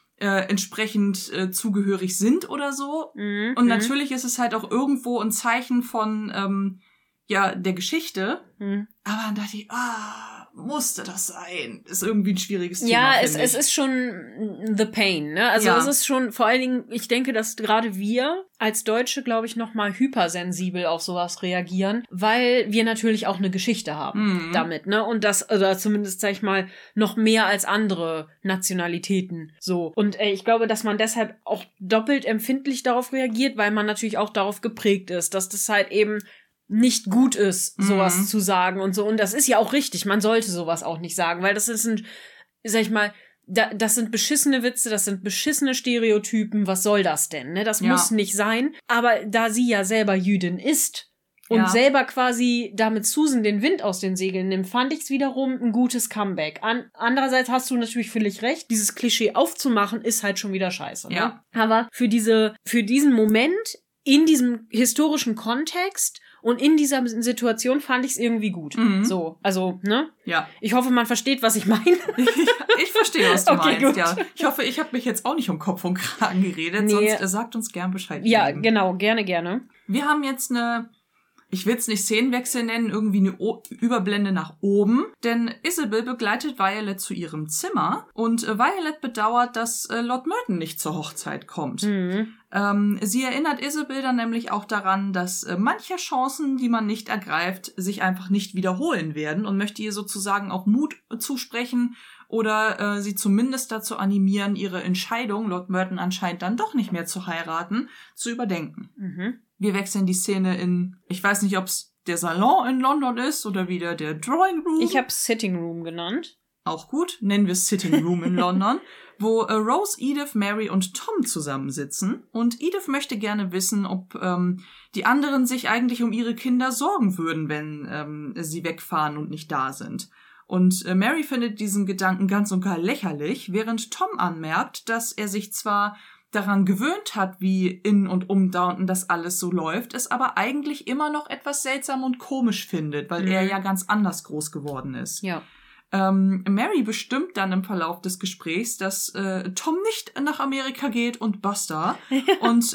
entsprechend zugehörig sind oder so. Und natürlich ist es halt auch irgendwo ein Zeichen von der Geschichte. Aber dann dachte ich, musste das sein? Ist irgendwie ein schwieriges Thema. Ja, es ist schon the pain, ne? Also es ist schon, vor allen Dingen, ich denke, dass gerade wir als Deutsche, glaube ich, noch mal hypersensibel auf sowas reagieren, weil wir natürlich auch eine Geschichte haben damit, ne? Und das, oder zumindest, sag ich mal, noch mehr als andere Nationalitäten, so. Und ich glaube, dass man deshalb auch doppelt empfindlich darauf reagiert, weil man natürlich auch darauf geprägt ist, dass das halt eben nicht gut ist, sowas zu sagen und so. Und das ist ja auch richtig. Man sollte sowas auch nicht sagen, weil das sind, sag ich mal, das sind beschissene Witze, das sind beschissene Stereotypen. Was soll das denn? Ne? Das muss nicht sein. Aber da sie ja selber Jüdin ist und selber quasi damit Susan den Wind aus den Segeln nimmt, fand ich es wiederum ein gutes Comeback. Andererseits hast du natürlich völlig recht, dieses Klischee aufzumachen ist halt schon wieder scheiße. Ne? Ja. Aber für diesen Moment in diesem historischen Kontext und in dieser Situation fand ich es irgendwie gut. So, also, ne? Ja. Ich hoffe, man versteht, was ich meine. Ich verstehe, was du meinst, gut. ja. Ich hoffe, ich habe mich jetzt auch nicht um Kopf und Kragen geredet, sonst sagt uns gern Bescheid. Ja, genau, gerne. Wir haben jetzt ich will es nicht Szenenwechsel nennen, irgendwie eine Überblende nach oben, denn Isabel begleitet Violet zu ihrem Zimmer und Violet bedauert, dass Lord Merton nicht zur Hochzeit kommt. Sie erinnert Isabel dann nämlich auch daran, dass manche Chancen, die man nicht ergreift, sich einfach nicht wiederholen werden und möchte ihr sozusagen auch Mut zusprechen oder sie zumindest dazu animieren, ihre Entscheidung, Lord Merton anscheinend dann doch nicht mehr zu heiraten, zu überdenken. Wir wechseln die Szene in, ich weiß nicht, ob es der Salon in London ist oder wieder der Drawing Room. Ich habe Sitting Room genannt. Auch gut, nennen wir es Sitting Room in London, wo Rose, Edith, Mary und Tom zusammensitzen. Und Edith möchte gerne wissen, ob die anderen sich eigentlich um ihre Kinder sorgen würden, wenn sie wegfahren und nicht da sind. Und Mary findet diesen Gedanken ganz und gar lächerlich, während Tom anmerkt, dass er sich zwar daran gewöhnt hat, wie in und um Downton das alles so läuft, es aber eigentlich immer noch etwas seltsam und komisch findet, weil er ja ganz anders groß geworden ist. Ja. Mary bestimmt dann im Verlauf des Gesprächs, dass Tom nicht nach Amerika geht und basta. Und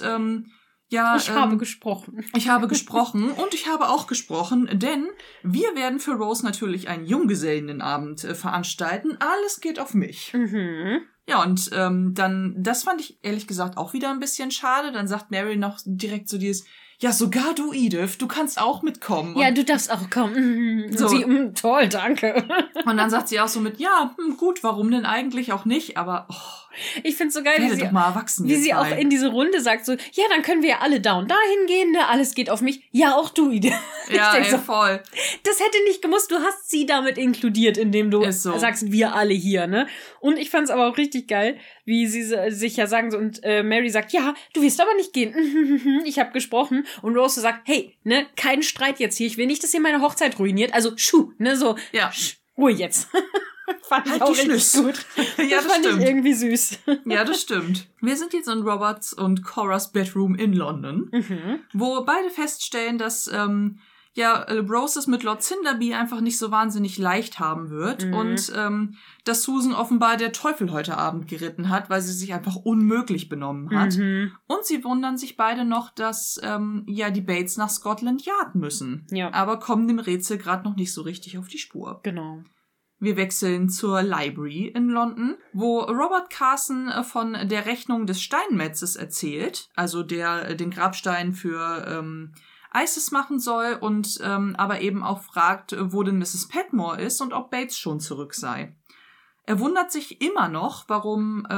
ich habe gesprochen. Ich habe gesprochen und ich habe auch gesprochen, denn wir werden für Rose natürlich einen Junggesellenabend veranstalten. Alles geht auf mich. Ja, und dann, das fand ich ehrlich gesagt auch wieder ein bisschen schade. Dann sagt Mary noch direkt so dieses, ja, sogar du, Edith, du kannst auch mitkommen. Ja, du darfst auch kommen. Und so. sie, toll, danke. Und dann sagt sie auch so mit, ja, gut, warum denn eigentlich auch nicht? Aber, ich find's so geil, wie sie auch in diese Runde sagt so, ja, dann können wir ja alle da und dahin gehen, ne? Alles geht auf mich. Ja, auch du, Edith. Ja, so, voll. Das hätte nicht gemusst, du hast sie damit inkludiert, indem du sagst, wir alle hier, ne? Und ich fand's aber auch richtig geil, wie sie sich ja sagen so, und Mary sagt, ja, du wirst aber nicht gehen. Ich habe gesprochen. Und Rose sagt, hey, ne, kein Streit jetzt hier. Ich will nicht, dass ihr meine Hochzeit ruiniert. Also, ne, so, ja. Ruhe jetzt. Fand halt ich auch richtig gut. Ja, das fand stimmt. Ich irgendwie süß. Ja, das stimmt. Wir sind jetzt in Roberts und Coras Bedroom in London, wo beide feststellen, dass Rose es mit Lord Cinderby einfach nicht so wahnsinnig leicht haben wird und dass Susan offenbar der Teufel heute Abend geritten hat, weil sie sich einfach unmöglich benommen hat. Und sie wundern sich beide noch, dass die Bates nach Scotland Yard müssen. Ja. Aber kommen dem Rätsel gerade noch nicht so richtig auf die Spur. Genau. Wir wechseln zur Library in London, wo Robert Carson von der Rechnung des Steinmetzes erzählt, also der den Grabstein für Isis machen soll und aber eben auch fragt, wo denn Mrs. Petmore ist und ob Bates schon zurück sei. Er wundert sich immer noch, warum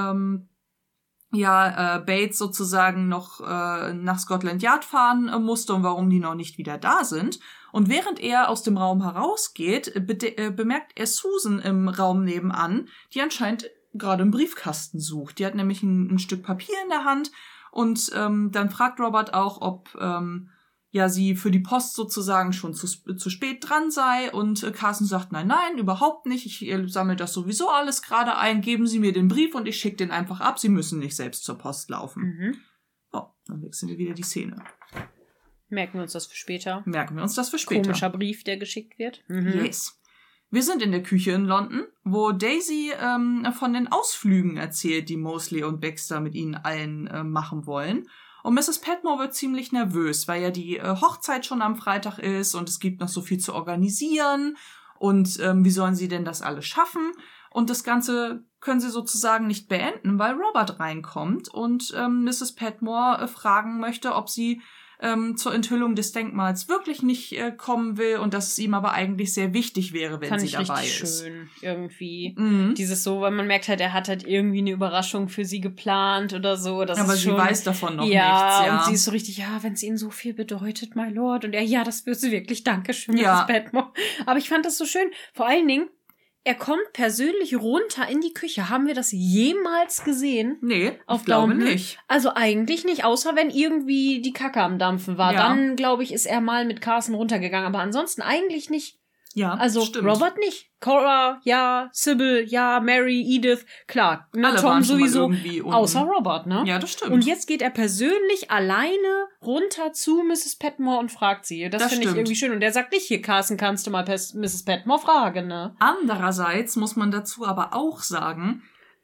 Bates sozusagen noch nach Scotland Yard fahren musste und warum die noch nicht wieder da sind. Und während er aus dem Raum herausgeht, bemerkt er Susan im Raum nebenan, die anscheinend gerade einen Briefkasten sucht. Die hat nämlich ein Stück Papier in der Hand und dann fragt Robert auch, ob sie für die Post sozusagen schon zu spät dran sei und Carson sagt, nein, überhaupt nicht, ich sammle das sowieso alles gerade ein, geben Sie mir den Brief und ich schicke den einfach ab, Sie müssen nicht selbst zur Post laufen. Dann wechseln wir wieder die Szene. Merken wir uns das für später. Komischer Brief, der geschickt wird. Yes. Wir sind in der Küche in London, wo Daisy von den Ausflügen erzählt, die Mosley und Baxter mit ihnen allen machen wollen. Und Mrs. Petmore wird ziemlich nervös, weil ja die Hochzeit schon am Freitag ist und es gibt noch so viel zu organisieren. Und wie sollen sie denn das alles schaffen? Und das Ganze können sie sozusagen nicht beenden, weil Robert reinkommt und Mrs. Petmore fragen möchte, ob sie zur Enthüllung des Denkmals wirklich nicht kommen will und dass es ihm aber eigentlich sehr wichtig wäre, wenn sie dabei ist. Fand ich schön, irgendwie. Dieses so, weil man merkt halt, er hat halt irgendwie eine Überraschung für sie geplant oder so. Das aber ist sie schon, weiß davon noch nichts, ja. Und sie ist so richtig, wenn es ihnen so viel bedeutet, my lord. Und er, das wird sie wirklich, Dankeschön, Mrs. Petmore. Aber ich fand das so schön. Vor allen Dingen, er kommt persönlich runter in die Küche. Haben wir das jemals gesehen? Nee, ich glaube nicht. Also eigentlich nicht, außer wenn irgendwie die Kacke am Dampfen war. Ja. Dann, glaube ich, ist er mal mit Carson runtergegangen. Aber ansonsten eigentlich nicht. Ja, also stimmt. Robert nicht. Cora, ja. Sybil, ja. Mary, Edith, klar. Alle Tom sowieso, außer außer Robert, ne? Ja, das stimmt. Und jetzt geht er persönlich alleine runter zu Mrs. Petmore und fragt sie. Das finde ich irgendwie schön. Und er sagt nicht, hier, Carson, kannst du mal Mrs. Petmore fragen, ne? Andererseits muss man dazu aber auch sagen,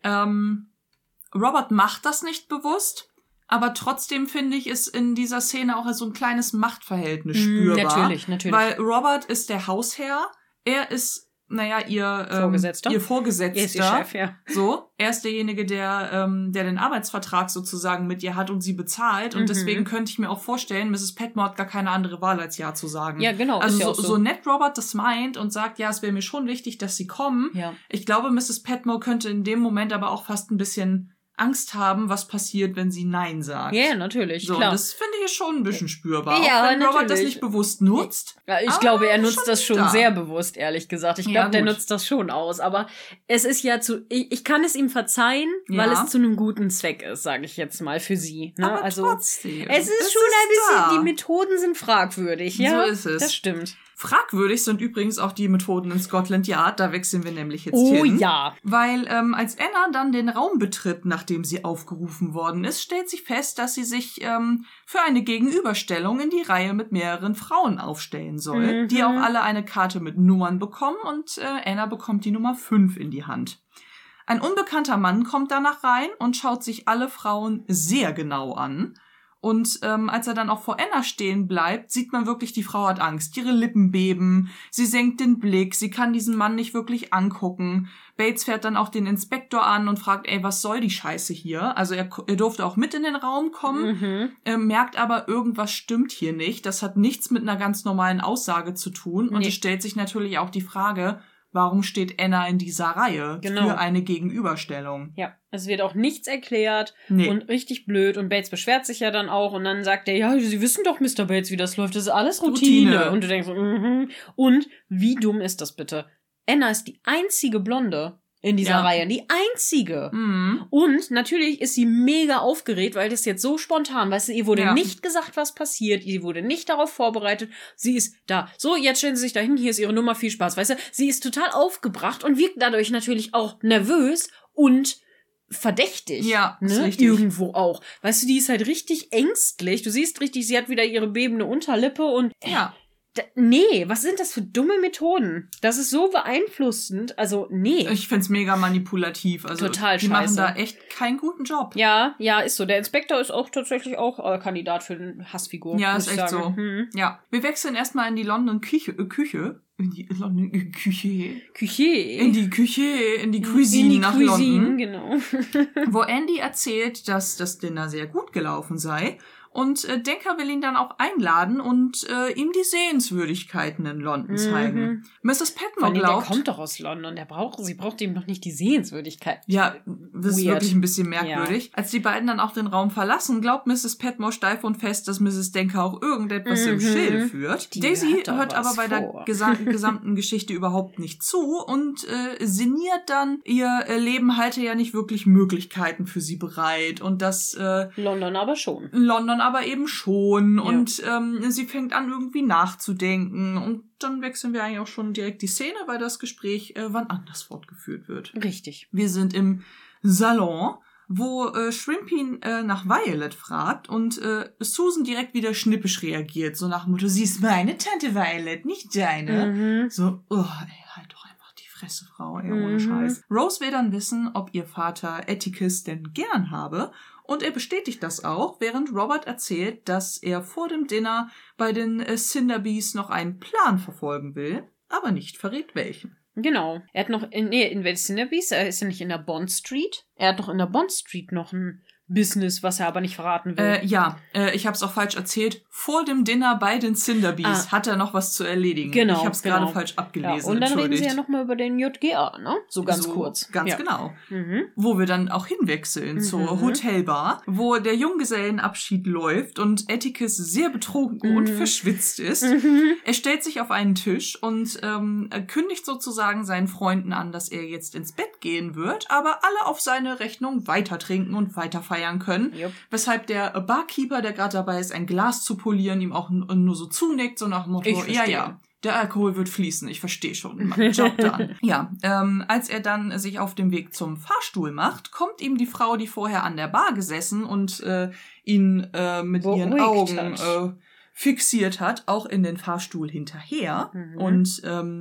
Robert macht das nicht bewusst, aber trotzdem finde ich, ist in dieser Szene auch so ein kleines Machtverhältnis spürbar. Natürlich. Weil Robert ist der Hausherr, er ist, ihr Vorgesetzter. Er ist ihr Chef, ja. So, er ist derjenige, der den Arbeitsvertrag sozusagen mit ihr hat und sie bezahlt. Und deswegen könnte ich mir auch vorstellen, Mrs. Petmore hat gar keine andere Wahl, als Ja zu sagen. Ja, genau. Also ist ja auch so nett Robert das meint und sagt, ja, es wäre mir schon wichtig, dass sie kommen. Ja. Ich glaube, Mrs. Petmore könnte in dem Moment aber auch fast ein bisschen Angst haben, was passiert, wenn sie Nein sagt. Ja, natürlich, so, klar. Das finde ich schon ein bisschen spürbar. Ja, auch wenn Robert das nicht bewusst nutzt. Ja, ich glaube, er nutzt das schon sehr bewusst, ehrlich gesagt. Ich glaube, der nutzt das schon aus. Aber es ist ja ich kann es ihm verzeihen, weil es zu einem guten Zweck ist, sage ich jetzt mal, für sie. Ne? Aber also trotzdem. es ist schon ein bisschen, die Methoden sind fragwürdig. Ja, so ist es. Das stimmt. Fragwürdig sind übrigens auch die Methoden in Scotland Yard, da wechseln wir nämlich jetzt hin. Oh ja. Weil als Anna dann den Raum betritt, nachdem sie aufgerufen worden ist, stellt sich fest, dass sie sich für eine Gegenüberstellung in die Reihe mit mehreren Frauen aufstellen soll, die auch alle eine Karte mit Nummern bekommen und Anna bekommt die Nummer 5 in die Hand. Ein unbekannter Mann kommt danach rein und schaut sich alle Frauen sehr genau an. Und als er dann auch vor Anna stehen bleibt, sieht man wirklich, die Frau hat Angst. Ihre Lippen beben, sie senkt den Blick, sie kann diesen Mann nicht wirklich angucken. Bates fährt dann auch den Inspektor an und fragt, was soll die Scheiße hier? Also er durfte auch mit in den Raum kommen, merkt aber, irgendwas stimmt hier nicht. Das hat nichts mit einer ganz normalen Aussage zu tun. Und es stellt sich natürlich auch die Frage, warum steht Anna in dieser Reihe für eine Gegenüberstellung? Ja, es wird auch nichts erklärt und richtig blöd. Und Bates beschwert sich ja dann auch und dann sagt er, ja, Sie wissen doch, Mr. Bates, wie das läuft. Das ist alles Routine. Und du denkst so, Und wie dumm ist das bitte? Anna ist die einzige Blonde in dieser Reihe. Die einzige. Und natürlich ist sie mega aufgeregt, weil das jetzt so spontan, weißt du, ihr wurde nicht gesagt, was passiert, ihr wurde nicht darauf vorbereitet, sie ist da. So, jetzt stellen Sie sich da hin, hier ist Ihre Nummer, viel Spaß, weißt du. Sie ist total aufgebracht und wirkt dadurch natürlich auch nervös und verdächtig. Ja, ne? Ist richtig. Irgendwo auch. Weißt du, die ist halt richtig ängstlich. Du siehst richtig, sie hat wieder ihre bebende Unterlippe und nee, was sind das für dumme Methoden? Das ist so beeinflussend. Also, nee. Ich find's mega manipulativ. Also, total die scheiße. machen da echt keinen guten Job. Ja, ist so. Der Inspektor ist auch tatsächlich auch Kandidat für eine Hassfigur. Ja, ist echt sagen. so. Ja. Wir wechseln erstmal in die London Küche. In die London Küche. In die Cuisine nach London. Genau. Wo Andy erzählt, dass das Dinner sehr gut gelaufen sei. Und Denker will ihn dann auch einladen und ihm die Sehenswürdigkeiten in London zeigen. Mrs. Petmore glaubt... Der kommt doch aus London. Sie braucht ihm doch nicht die Sehenswürdigkeiten. Ja, das ist wirklich ein bisschen merkwürdig. Ja. Als die beiden dann auch den Raum verlassen, glaubt Mrs. Petmore steif und fest, dass Mrs. Denker auch irgendetwas im Schilde führt. Daisy hört aber bei der gesamten Geschichte überhaupt nicht zu und sinniert dann, ihr Leben halte ja nicht wirklich Möglichkeiten für sie bereit. Und das... London aber schon. Aber eben schon. Und sie fängt an, irgendwie nachzudenken. Und dann wechseln wir eigentlich auch schon direkt die Szene, weil das Gespräch wann anders fortgeführt wird. Richtig. Wir sind im Salon, wo Shrimpy nach Violet fragt und Susan direkt wieder schnippisch reagiert. So nach dem Motto, sie ist meine Tante Violet, nicht deine. So, halt doch einfach die Fresse, Frau, ohne Scheiß. Rose will dann wissen, ob ihr Vater Atticus denn gern habe. Und er bestätigt das auch, während Robert erzählt, dass er vor dem Dinner bei den Cinderbys noch einen Plan verfolgen will, aber nicht verrät welchen. Genau. Er hat noch, in Cinderbys, er ist ja nicht in der Bond Street. Er hat doch in der Bond Street noch einen Business, was er aber nicht verraten will. Ich habe es auch falsch erzählt. Vor dem Dinner bei den Cinderbees hat er noch was zu erledigen. Genau, ich habe es gerade falsch abgelesen. Ja, und dann reden sie ja nochmal über den JGA, ne? So ganz kurz. Ganz genau. Wo wir dann auch hinwechseln zur Hotelbar, wo der Junggesellenabschied läuft und Atticus sehr betrunken und verschwitzt ist. Er stellt sich auf einen Tisch und kündigt sozusagen seinen Freunden an, dass er jetzt ins Bett gehen wird, aber alle auf seine Rechnung weiter trinken und weiter feiern können. Yep. Weshalb der Barkeeper, der gerade dabei ist, ein Glas zu polieren, ihm auch nur so zunickt, so nach dem Motto, ja, der Alkohol wird fließen, ich verstehe schon, mach den Job dann. Ja, als er dann sich auf dem Weg zum Fahrstuhl macht, kommt ihm die Frau, die vorher an der Bar gesessen und ihn mit ihren Augen fixiert hat, auch in den Fahrstuhl hinterher und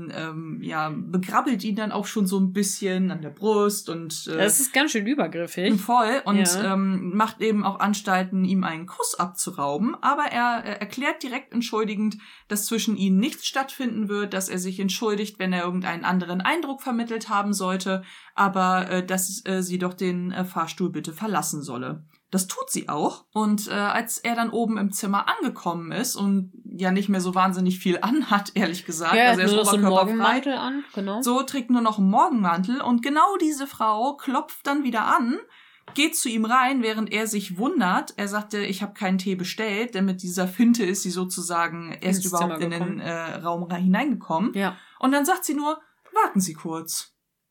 begrabbelt ihn dann auch schon so ein bisschen an der Brust und das ist ganz schön übergriffig. Voll und macht eben auch Anstalten, ihm einen Kuss abzurauben, aber er erklärt direkt entschuldigend, dass zwischen ihnen nichts stattfinden wird, dass er sich entschuldigt, wenn er irgendeinen anderen Eindruck vermittelt haben sollte, aber dass sie doch den Fahrstuhl bitte verlassen solle. Das tut sie auch. Und als er dann oben im Zimmer angekommen ist und ja nicht mehr so wahnsinnig viel anhat, ehrlich gesagt. Ja, also er ist nur noch so einen oberkörperfrei. Morgenmantel an, genau. So, trägt nur noch einen Morgenmantel. Und genau diese Frau klopft dann wieder an, geht zu ihm rein, während er sich wundert. Er sagte, ich habe keinen Tee bestellt, denn mit dieser Finte ist sie sozusagen erst überhaupt in den Raum hineingekommen. Ja. Und dann sagt sie nur, warten Sie kurz.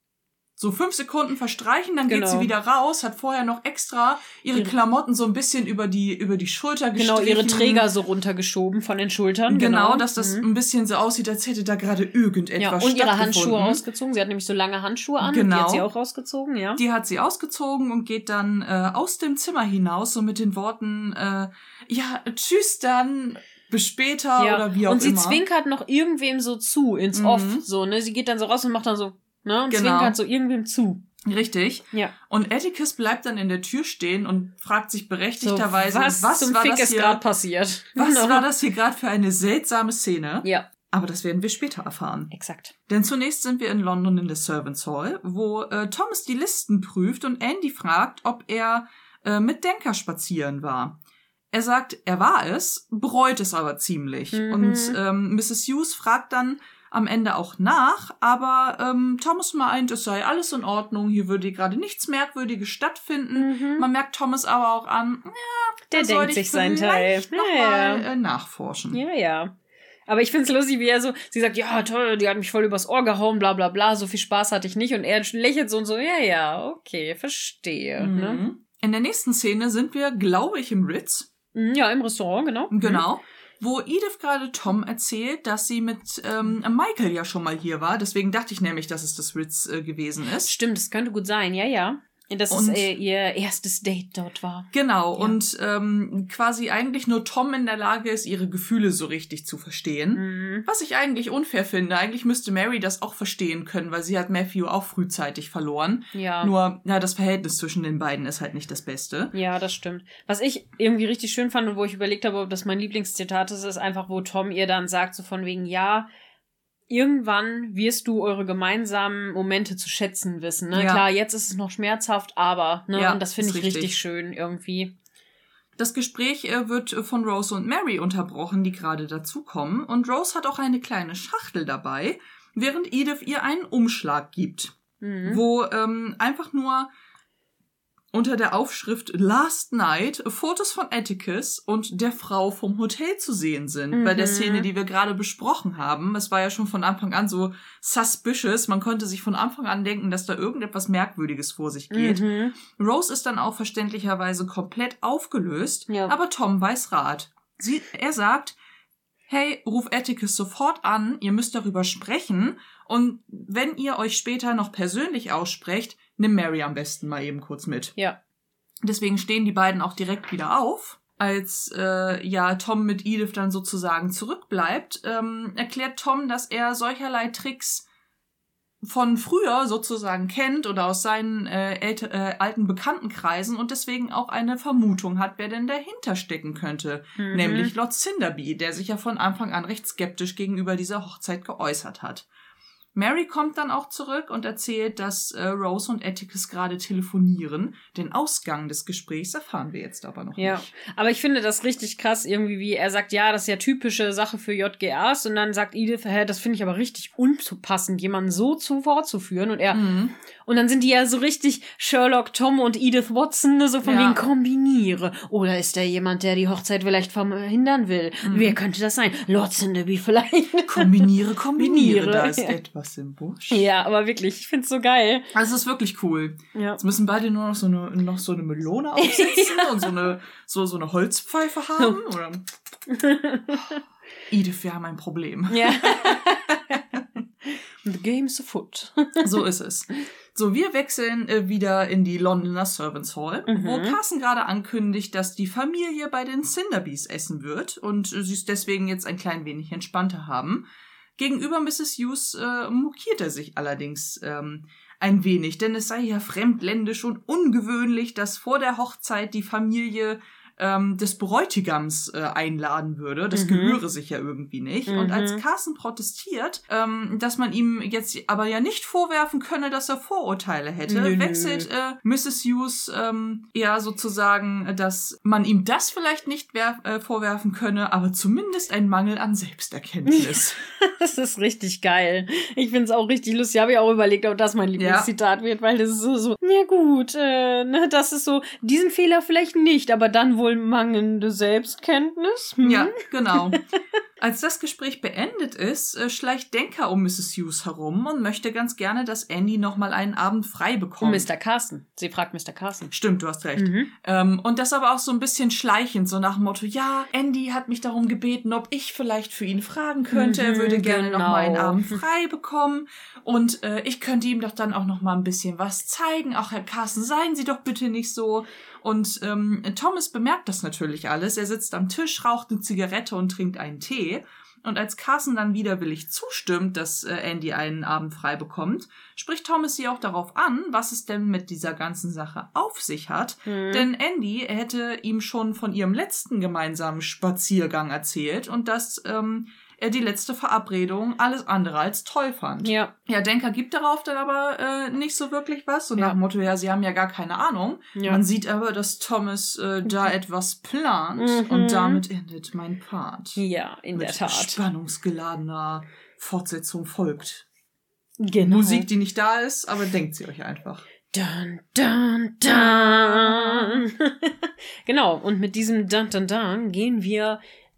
So 5 Sekunden verstreichen, dann geht sie wieder raus, hat vorher noch extra ihre Klamotten so ein bisschen über die Schulter gestrichen. Genau, ihre Träger so runtergeschoben von den Schultern. Genau, dass das ein bisschen so aussieht, als hätte da gerade irgendetwas stattgefunden. Und ihre Handschuhe ausgezogen. Sie hat nämlich so lange Handschuhe an. Genau. Die hat sie auch ausgezogen, ja. Die hat sie ausgezogen und geht dann aus dem Zimmer hinaus, so mit den Worten, tschüss dann, bis später oder wie auch immer. Und sie zwinkert noch irgendwem so zu, ins Off, so, ne. Sie geht dann so raus und macht dann so, ne, und zwinkert so irgendwem zu. Richtig. Ja. Und Atticus bleibt dann in der Tür stehen und fragt sich berechtigterweise, was zum Fick ist gerade passiert? Was war das hier gerade für eine seltsame Szene? Ja. Aber das werden wir später erfahren. Exakt. Denn zunächst sind wir in London in der Servants' Hall, wo Thomas die Listen prüft und Andy fragt, ob er mit Denker spazieren war. Er sagt, er war es, bereut es aber ziemlich. Und Mrs. Hughes fragt dann am Ende auch nach, aber Thomas meint, es sei alles in Ordnung, hier würde gerade nichts Merkwürdiges stattfinden. Man merkt Thomas aber auch an, der denkt sich seinen Teil. Nochmal nachforschen. Ja, ja. Aber ich find's lustig, wie er so, sie sagt, ja, toll, die hat mich voll übers Ohr gehauen, bla bla bla, so viel Spaß hatte ich nicht. Und er lächelt so und so, ja, okay, verstehe. Ne? In der nächsten Szene sind wir, glaube ich, im Ritz. Ja, im Restaurant, genau. Genau. Wo Edith gerade Tom erzählt, dass sie mit Michael ja schon mal hier war. Deswegen dachte ich nämlich, dass es das Ritz gewesen ist. Stimmt, das könnte gut sein, ja. Dass es ihr erstes Date dort war. Genau, ja. Und quasi eigentlich nur Tom in der Lage ist, ihre Gefühle so richtig zu verstehen. Was ich eigentlich unfair finde. Eigentlich müsste Mary das auch verstehen können, weil sie hat Matthew auch frühzeitig verloren. Ja. Nur, das Verhältnis zwischen den beiden ist halt nicht das Beste. Ja, das stimmt. Was ich irgendwie richtig schön fand und wo ich überlegt habe, ob das mein Lieblingszitat ist einfach, wo Tom ihr dann sagt, so von wegen, ja, irgendwann wirst du eure gemeinsamen Momente zu schätzen wissen. Ne? Ja. Klar, jetzt ist es noch schmerzhaft, aber und das finde ich richtig schön irgendwie. Das Gespräch wird von Rose und Mary unterbrochen, die gerade dazukommen. Und Rose hat auch eine kleine Schachtel dabei, während Edith ihr einen Umschlag gibt, wo einfach nur unter der Aufschrift Last Night Fotos von Atticus und der Frau vom Hotel zu sehen sind. Bei der Szene, die wir gerade besprochen haben. Es war ja schon von Anfang an so suspicious. Man konnte sich von Anfang an denken, dass da irgendetwas Merkwürdiges vor sich geht. Rose ist dann auch verständlicherweise komplett aufgelöst, aber Tom weiß Rat. Er sagt, hey, ruf Atticus sofort an, ihr müsst darüber sprechen und wenn ihr euch später noch persönlich aussprecht, nimm Mary am besten mal eben kurz mit. Ja. Deswegen stehen die beiden auch direkt wieder auf. Als Tom mit Edith dann sozusagen zurückbleibt, erklärt Tom, dass er solcherlei Tricks von früher sozusagen kennt oder aus seinen alten Bekanntenkreisen und deswegen auch eine Vermutung hat, wer denn dahinter stecken könnte. Nämlich Lord Cinderby, der sich ja von Anfang an recht skeptisch gegenüber dieser Hochzeit geäußert hat. Mary kommt dann auch zurück und erzählt, dass Rose und Atticus gerade telefonieren. Den Ausgang des Gesprächs erfahren wir jetzt aber noch nicht. Aber ich finde das richtig krass, irgendwie, wie er sagt, ja, das ist ja typische Sache für JGAs. Und dann sagt Edith, das finde ich aber richtig unpassend, jemanden so vorzuführen. Und und dann sind die ja so richtig Sherlock, Tom und Edith Watson, ne, so von wegen kombiniere. Oder ist da jemand, der die Hochzeit vielleicht verhindern will? Wer könnte das sein? Lord Sindaby vielleicht? Kombiniere. Da ist etwas im Busch. Ja, aber wirklich, ich find's so geil. Also es ist wirklich cool. Ja. Jetzt müssen beide nur noch so eine Melone aufsetzen und so eine Holzpfeife haben. Oder Edith, wir haben ein Problem. Ja. The game's afoot. So ist es. So, wir wechseln wieder in die Londoner Servants' Hall, wo Carson gerade ankündigt, dass die Familie bei den Cinderbys essen wird und sie es deswegen jetzt ein klein wenig entspannter haben. Gegenüber Mrs. Hughes mokiert er sich allerdings ein wenig, denn es sei ja fremdländisch und ungewöhnlich, dass vor der Hochzeit die Familie des Bräutigams einladen würde. Das gehöre sich ja irgendwie nicht. Und als Carson protestiert, dass man ihm jetzt aber ja nicht vorwerfen könne, dass er Vorurteile hätte, wechselt Mrs. Hughes ja sozusagen, dass man ihm das vielleicht nicht vorwerfen könne, aber zumindest ein Mangel an Selbsterkenntnis. Das ist richtig geil. Ich finde es auch richtig lustig. Habe ich auch überlegt, ob das mein Lieblingszitat wird, weil das ist so, ja gut, das ist so, diesen Fehler vielleicht nicht, aber dann wohl mangelnde Selbstkenntnis. Ja, genau. Als das Gespräch beendet ist, schleicht Denker um Mrs. Hughes herum und möchte ganz gerne, dass Andy nochmal einen Abend frei bekommt. Mr. Carson. Sie fragt Mr. Carson. Stimmt, du hast recht. Und das aber auch so ein bisschen schleichend, so nach dem Motto, ja, Andy hat mich darum gebeten, ob ich vielleicht für ihn fragen könnte. Er würde gerne nochmal einen Abend frei bekommen. Und ich könnte ihm doch dann auch nochmal ein bisschen was zeigen. Ach, Herr Carson, seien Sie doch bitte nicht so. Und Thomas bemerkt das natürlich alles. Er sitzt am Tisch, raucht eine Zigarette und trinkt einen Tee. Und als Carson dann widerwillig zustimmt, dass Andy einen Abend frei bekommt, spricht Thomas sie auch darauf an, was es denn mit dieser ganzen Sache auf sich hat. Denn Andy hätte ihm schon von ihrem letzten gemeinsamen Spaziergang erzählt und dass er die letzte Verabredung alles andere als toll fand. Ja, Denker gibt darauf dann aber nicht so wirklich was. So nach dem Motto, ja, sie haben ja gar keine Ahnung. Ja. Man sieht aber, dass Thomas da etwas plant und damit endet mein Part. Ja, in der Tat. Spannungsgeladener Fortsetzung folgt. Genau. Musik, die nicht da ist, aber denkt sie euch einfach. Dun, dun, dun. Genau, und mit diesem Dun, dun, dun gehen wir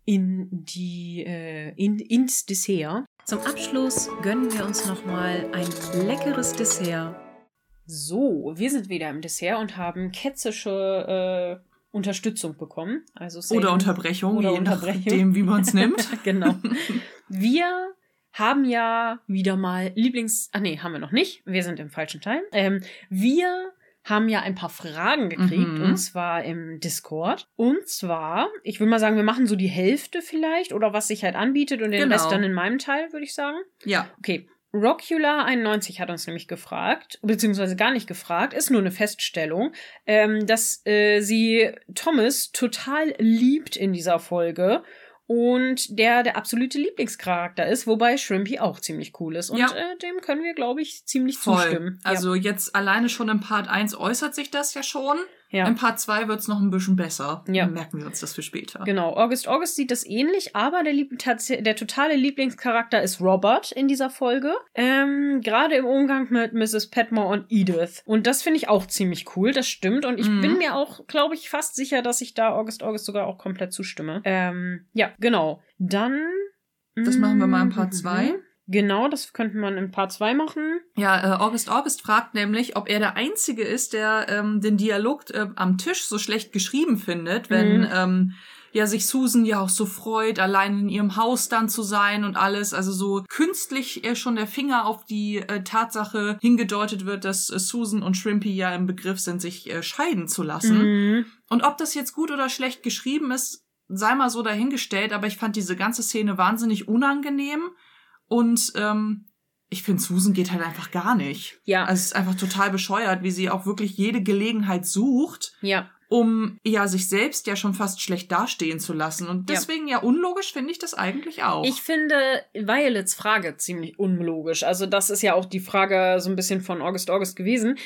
ins Dessert. Zum Abschluss gönnen wir uns nochmal ein leckeres Dessert. So, wir sind wieder im Dessert und haben ketzische Unterstützung bekommen. Also oder Unterbrechung, je nachdem, wie man es nimmt. Genau. Wir haben ja wieder mal haben wir noch nicht. Wir sind im falschen Teil. Wir haben ja ein paar Fragen gekriegt, und zwar im Discord. Und zwar, ich würde mal sagen, wir machen so die Hälfte vielleicht, oder was sich halt anbietet, und den Rest dann in meinem Teil, würde ich sagen. Ja. Okay. Rockula91 hat uns nämlich gefragt, beziehungsweise gar nicht gefragt, ist nur eine Feststellung, dass sie Thomas total liebt in dieser Folge. Und der absolute Lieblingscharakter ist, wobei Shrimpy auch ziemlich cool ist. Und dem können wir, glaube ich, ziemlich zustimmen. Also jetzt alleine schon im Part 1 äußert sich das ja schon. Ja. Im Part 2 wird es noch ein bisschen besser. Ja. Merken wir uns das für später. Genau. August sieht das ähnlich, aber der totale Lieblingscharakter ist Robert in dieser Folge. Gerade im Umgang mit Mrs. Petmore und Edith. Und das finde ich auch ziemlich cool, das stimmt. Und ich bin mir auch, glaube ich, fast sicher, dass ich da August sogar auch komplett zustimme. Ja, genau. Dann... Das machen wir mal in Part 2. Genau, das könnte man in Part 2 machen. Ja, August fragt nämlich, ob er der Einzige ist, der den Dialog am Tisch so schlecht geschrieben findet, wenn sich Susan ja auch so freut, allein in ihrem Haus dann zu sein und alles. Also so künstlich schon der Finger auf die Tatsache hingedeutet wird, dass Susan und Shrimpy ja im Begriff sind, sich scheiden zu lassen. Und ob das jetzt gut oder schlecht geschrieben ist, sei mal so dahingestellt, aber ich fand diese ganze Szene wahnsinnig unangenehm. Und ich finde, Susan geht halt einfach gar nicht. Ja. Also es ist einfach total bescheuert, wie sie auch wirklich jede Gelegenheit sucht, um sich selbst ja schon fast schlecht dastehen zu lassen. Und deswegen unlogisch finde ich das eigentlich auch. Ich finde Violets Frage ziemlich unlogisch. Also das ist ja auch die Frage so ein bisschen von August gewesen.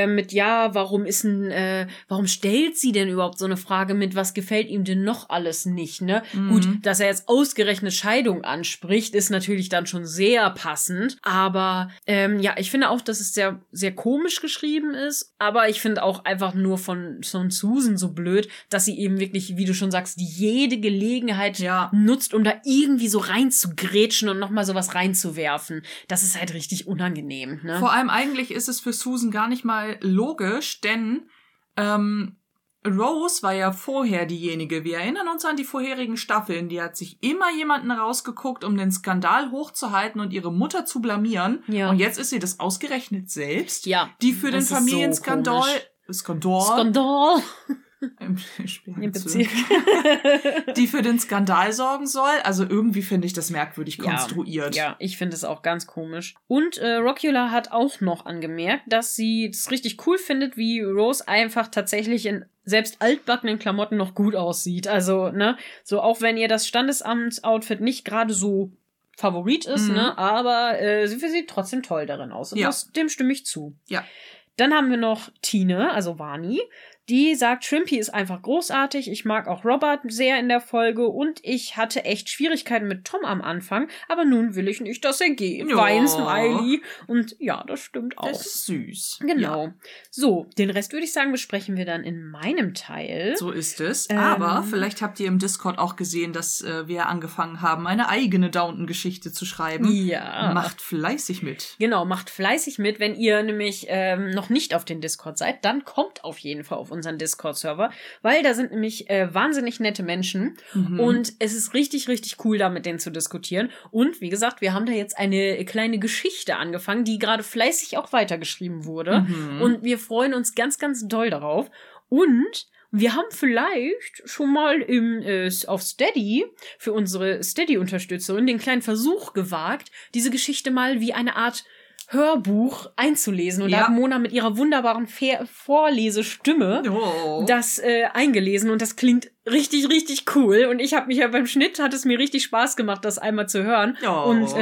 Warum stellt sie denn überhaupt so eine Frage mit, was gefällt ihm denn noch alles nicht, ne? Gut, dass er jetzt ausgerechnet Scheidung anspricht, ist natürlich dann schon sehr passend. Aber ich finde auch, dass es sehr, sehr komisch geschrieben ist. Aber ich finde auch einfach nur von Susan so blöd, dass sie eben wirklich, wie du schon sagst, jede Gelegenheit nutzt, um da irgendwie so reinzugrätschen und nochmal sowas reinzuwerfen. Das ist halt richtig unangenehm, ne? Vor allem eigentlich ist es für Susan gar nicht mal logisch, denn Rose war ja vorher diejenige. Wir erinnern uns an die vorherigen Staffeln. Die hat sich immer jemanden rausgeguckt, um den Skandal hochzuhalten und ihre Mutter zu blamieren. Ja. Und jetzt ist sie das ausgerechnet selbst, die für den Familienskandal Skandal im Bezirk. Die für den Skandal sorgen soll. Also irgendwie finde ich das merkwürdig konstruiert. Ja, ich finde es auch ganz komisch. Und Rockula hat auch noch angemerkt, dass sie es richtig cool findet, wie Rose einfach tatsächlich in selbst altbackenen Klamotten noch gut aussieht. Also, ne, so auch wenn ihr das Standesamtsoutfit nicht gerade so Favorit ist, ne, aber sie sieht trotzdem toll darin aus. Und dem stimme ich zu. Ja. Dann haben wir noch Tine, also Vani. Die sagt, Shrimpy ist einfach großartig. Ich mag auch Robert sehr in der Folge und ich hatte echt Schwierigkeiten mit Tom am Anfang, aber nun will ich nicht, dass er geht. Wein Smiley. Und ja, das stimmt auch. Das ist süß. Genau. Ja. So, den Rest würde ich sagen, besprechen wir dann in meinem Teil. So ist es. Aber vielleicht habt ihr im Discord auch gesehen, dass wir angefangen haben, eine eigene Downton-Geschichte zu schreiben. Ja. Macht fleißig mit. Genau, macht fleißig mit. Wenn ihr nämlich noch nicht auf den Discord seid, dann kommt auf jeden Fall auf unseren Discord-Server, weil da sind nämlich wahnsinnig nette Menschen und es ist richtig, richtig cool, da mit denen zu diskutieren. Und wie gesagt, wir haben da jetzt eine kleine Geschichte angefangen, die gerade fleißig auch weitergeschrieben wurde. Und wir freuen uns ganz, ganz doll darauf. Und wir haben vielleicht schon mal auf Steady für unsere Steady-Unterstützerin den kleinen Versuch gewagt, diese Geschichte mal wie eine Art Hörbuch einzulesen. Und da hat Mona mit ihrer wunderbaren Vorlesestimme das eingelesen. Und das klingt richtig, richtig cool. Und ich habe mich beim Schnitt, hat es mir richtig Spaß gemacht, das einmal zu hören. Und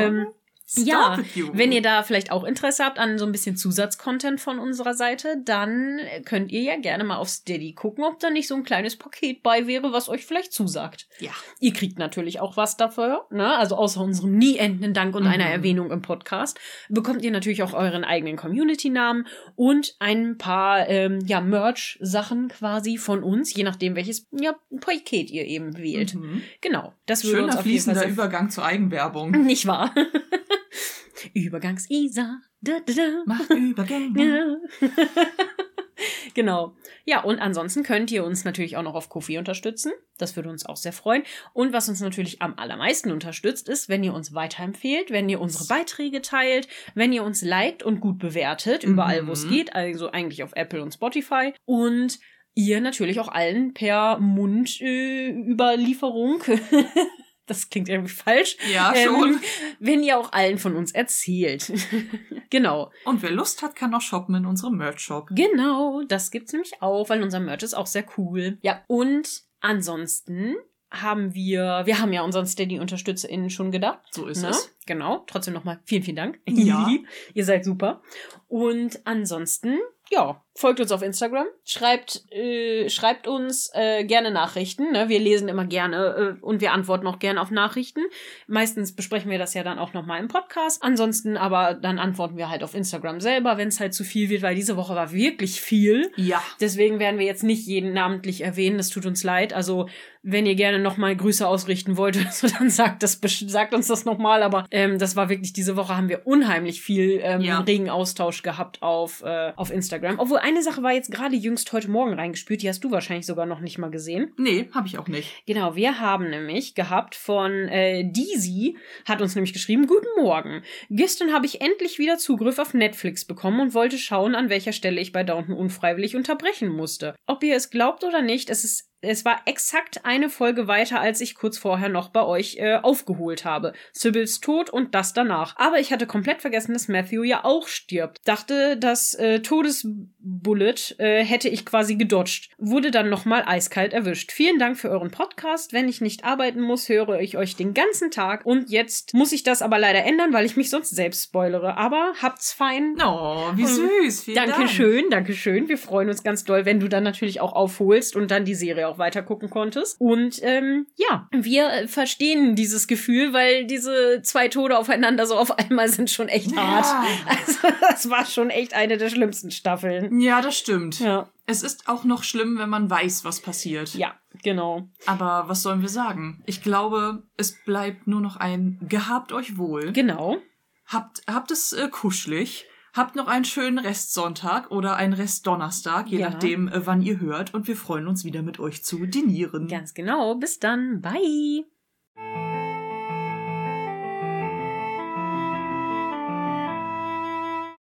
wenn ihr da vielleicht auch Interesse habt an so ein bisschen Zusatzcontent von unserer Seite, dann könnt ihr ja gerne mal auf Steady gucken, ob da nicht so ein kleines Paket bei wäre, was euch vielleicht zusagt. Ja. Ihr kriegt natürlich auch was dafür, ne? Also außer unserem nie endenden Dank und einer Erwähnung im Podcast, bekommt ihr natürlich auch euren eigenen Community-Namen und ein paar Merch-Sachen quasi von uns, je nachdem welches Paket ihr eben wählt. Genau. Das würde uns auf jeden Fall fließender Übergang zur Eigenwerbung. Nicht wahr? Übergangs-Isa. Mach Übergänge. Genau. Ja, und ansonsten könnt ihr uns natürlich auch noch auf Ko-fi unterstützen. Das würde uns auch sehr freuen. Und was uns natürlich am allermeisten unterstützt, ist, wenn ihr uns weiterempfehlt, wenn ihr unsere Beiträge teilt, wenn ihr uns liked und gut bewertet, überall wo es geht, also eigentlich auf Apple und Spotify. Und ihr natürlich auch allen per Mundüberlieferung das klingt irgendwie falsch. Ja, schon. Wenn ihr auch allen von uns erzählt. Genau. Und wer Lust hat, kann auch shoppen in unserem Merch-Shop. Genau, das gibt's nämlich auch, weil unser Merch ist auch sehr cool. Ja, und ansonsten haben wir haben ja unseren SteadyUnterstützerInnen schon gedacht. So ist es. Genau. Trotzdem nochmal vielen, vielen Dank. Ja. Ihr seid super. Und ansonsten, ja, folgt uns auf Instagram. Schreibt uns gerne Nachrichten. Ne? Wir lesen immer gerne und wir antworten auch gerne auf Nachrichten. Meistens besprechen wir das ja dann auch nochmal im Podcast. Ansonsten aber dann antworten wir halt auf Instagram selber, wenn es halt zu viel wird, weil diese Woche war wirklich viel. Ja. Deswegen werden wir jetzt nicht jeden namentlich erwähnen. Das tut uns leid. Also wenn ihr gerne nochmal Grüße ausrichten wollt, dann sagt uns das nochmal. Aber das war wirklich, diese Woche haben wir unheimlich viel regen Austausch gehabt auf Instagram. Obwohl, eine Sache war jetzt gerade jüngst heute Morgen reingespült, die hast du wahrscheinlich sogar noch nicht mal gesehen. Nee, habe ich auch nicht. Genau, wir haben nämlich gehabt von Deezy, hat uns nämlich geschrieben, guten Morgen. Gestern habe ich endlich wieder Zugriff auf Netflix bekommen und wollte schauen, an welcher Stelle ich bei Downton unfreiwillig unterbrechen musste. Ob ihr es glaubt oder nicht, es ist es war exakt eine Folge weiter, als ich kurz vorher noch bei euch aufgeholt habe. Sybil's Tod und das danach. Aber ich hatte komplett vergessen, dass Matthew ja auch stirbt. Dachte, das Todesbullet hätte ich quasi gedodged. Wurde dann nochmal eiskalt erwischt. Vielen Dank für euren Podcast. Wenn ich nicht arbeiten muss, höre ich euch den ganzen Tag. Und jetzt muss ich das aber leider ändern, weil ich mich sonst selbst spoilere. Aber habt's fein. Oh, wie süß. Vielen Dank. Dankeschön. Wir freuen uns ganz doll, wenn du dann natürlich auch aufholst und dann die Serie auch weiter gucken konntest. Und ja, wir verstehen dieses Gefühl, weil diese 2 Tode aufeinander so auf einmal sind schon echt hart. Also das war schon echt eine der schlimmsten Staffeln. Ja, das stimmt. Ja. Es ist auch noch schlimm, wenn man weiß, was passiert. Ja, genau. Aber was sollen wir sagen? Ich glaube, es bleibt nur noch ein Gehabt euch wohl. Genau. Habt es kuschelig. Habt noch einen schönen Restsonntag oder einen Restdonnerstag, je nachdem, wann ihr hört. Und wir freuen uns wieder mit euch zu dinieren. Ganz genau. Bis dann. Bye.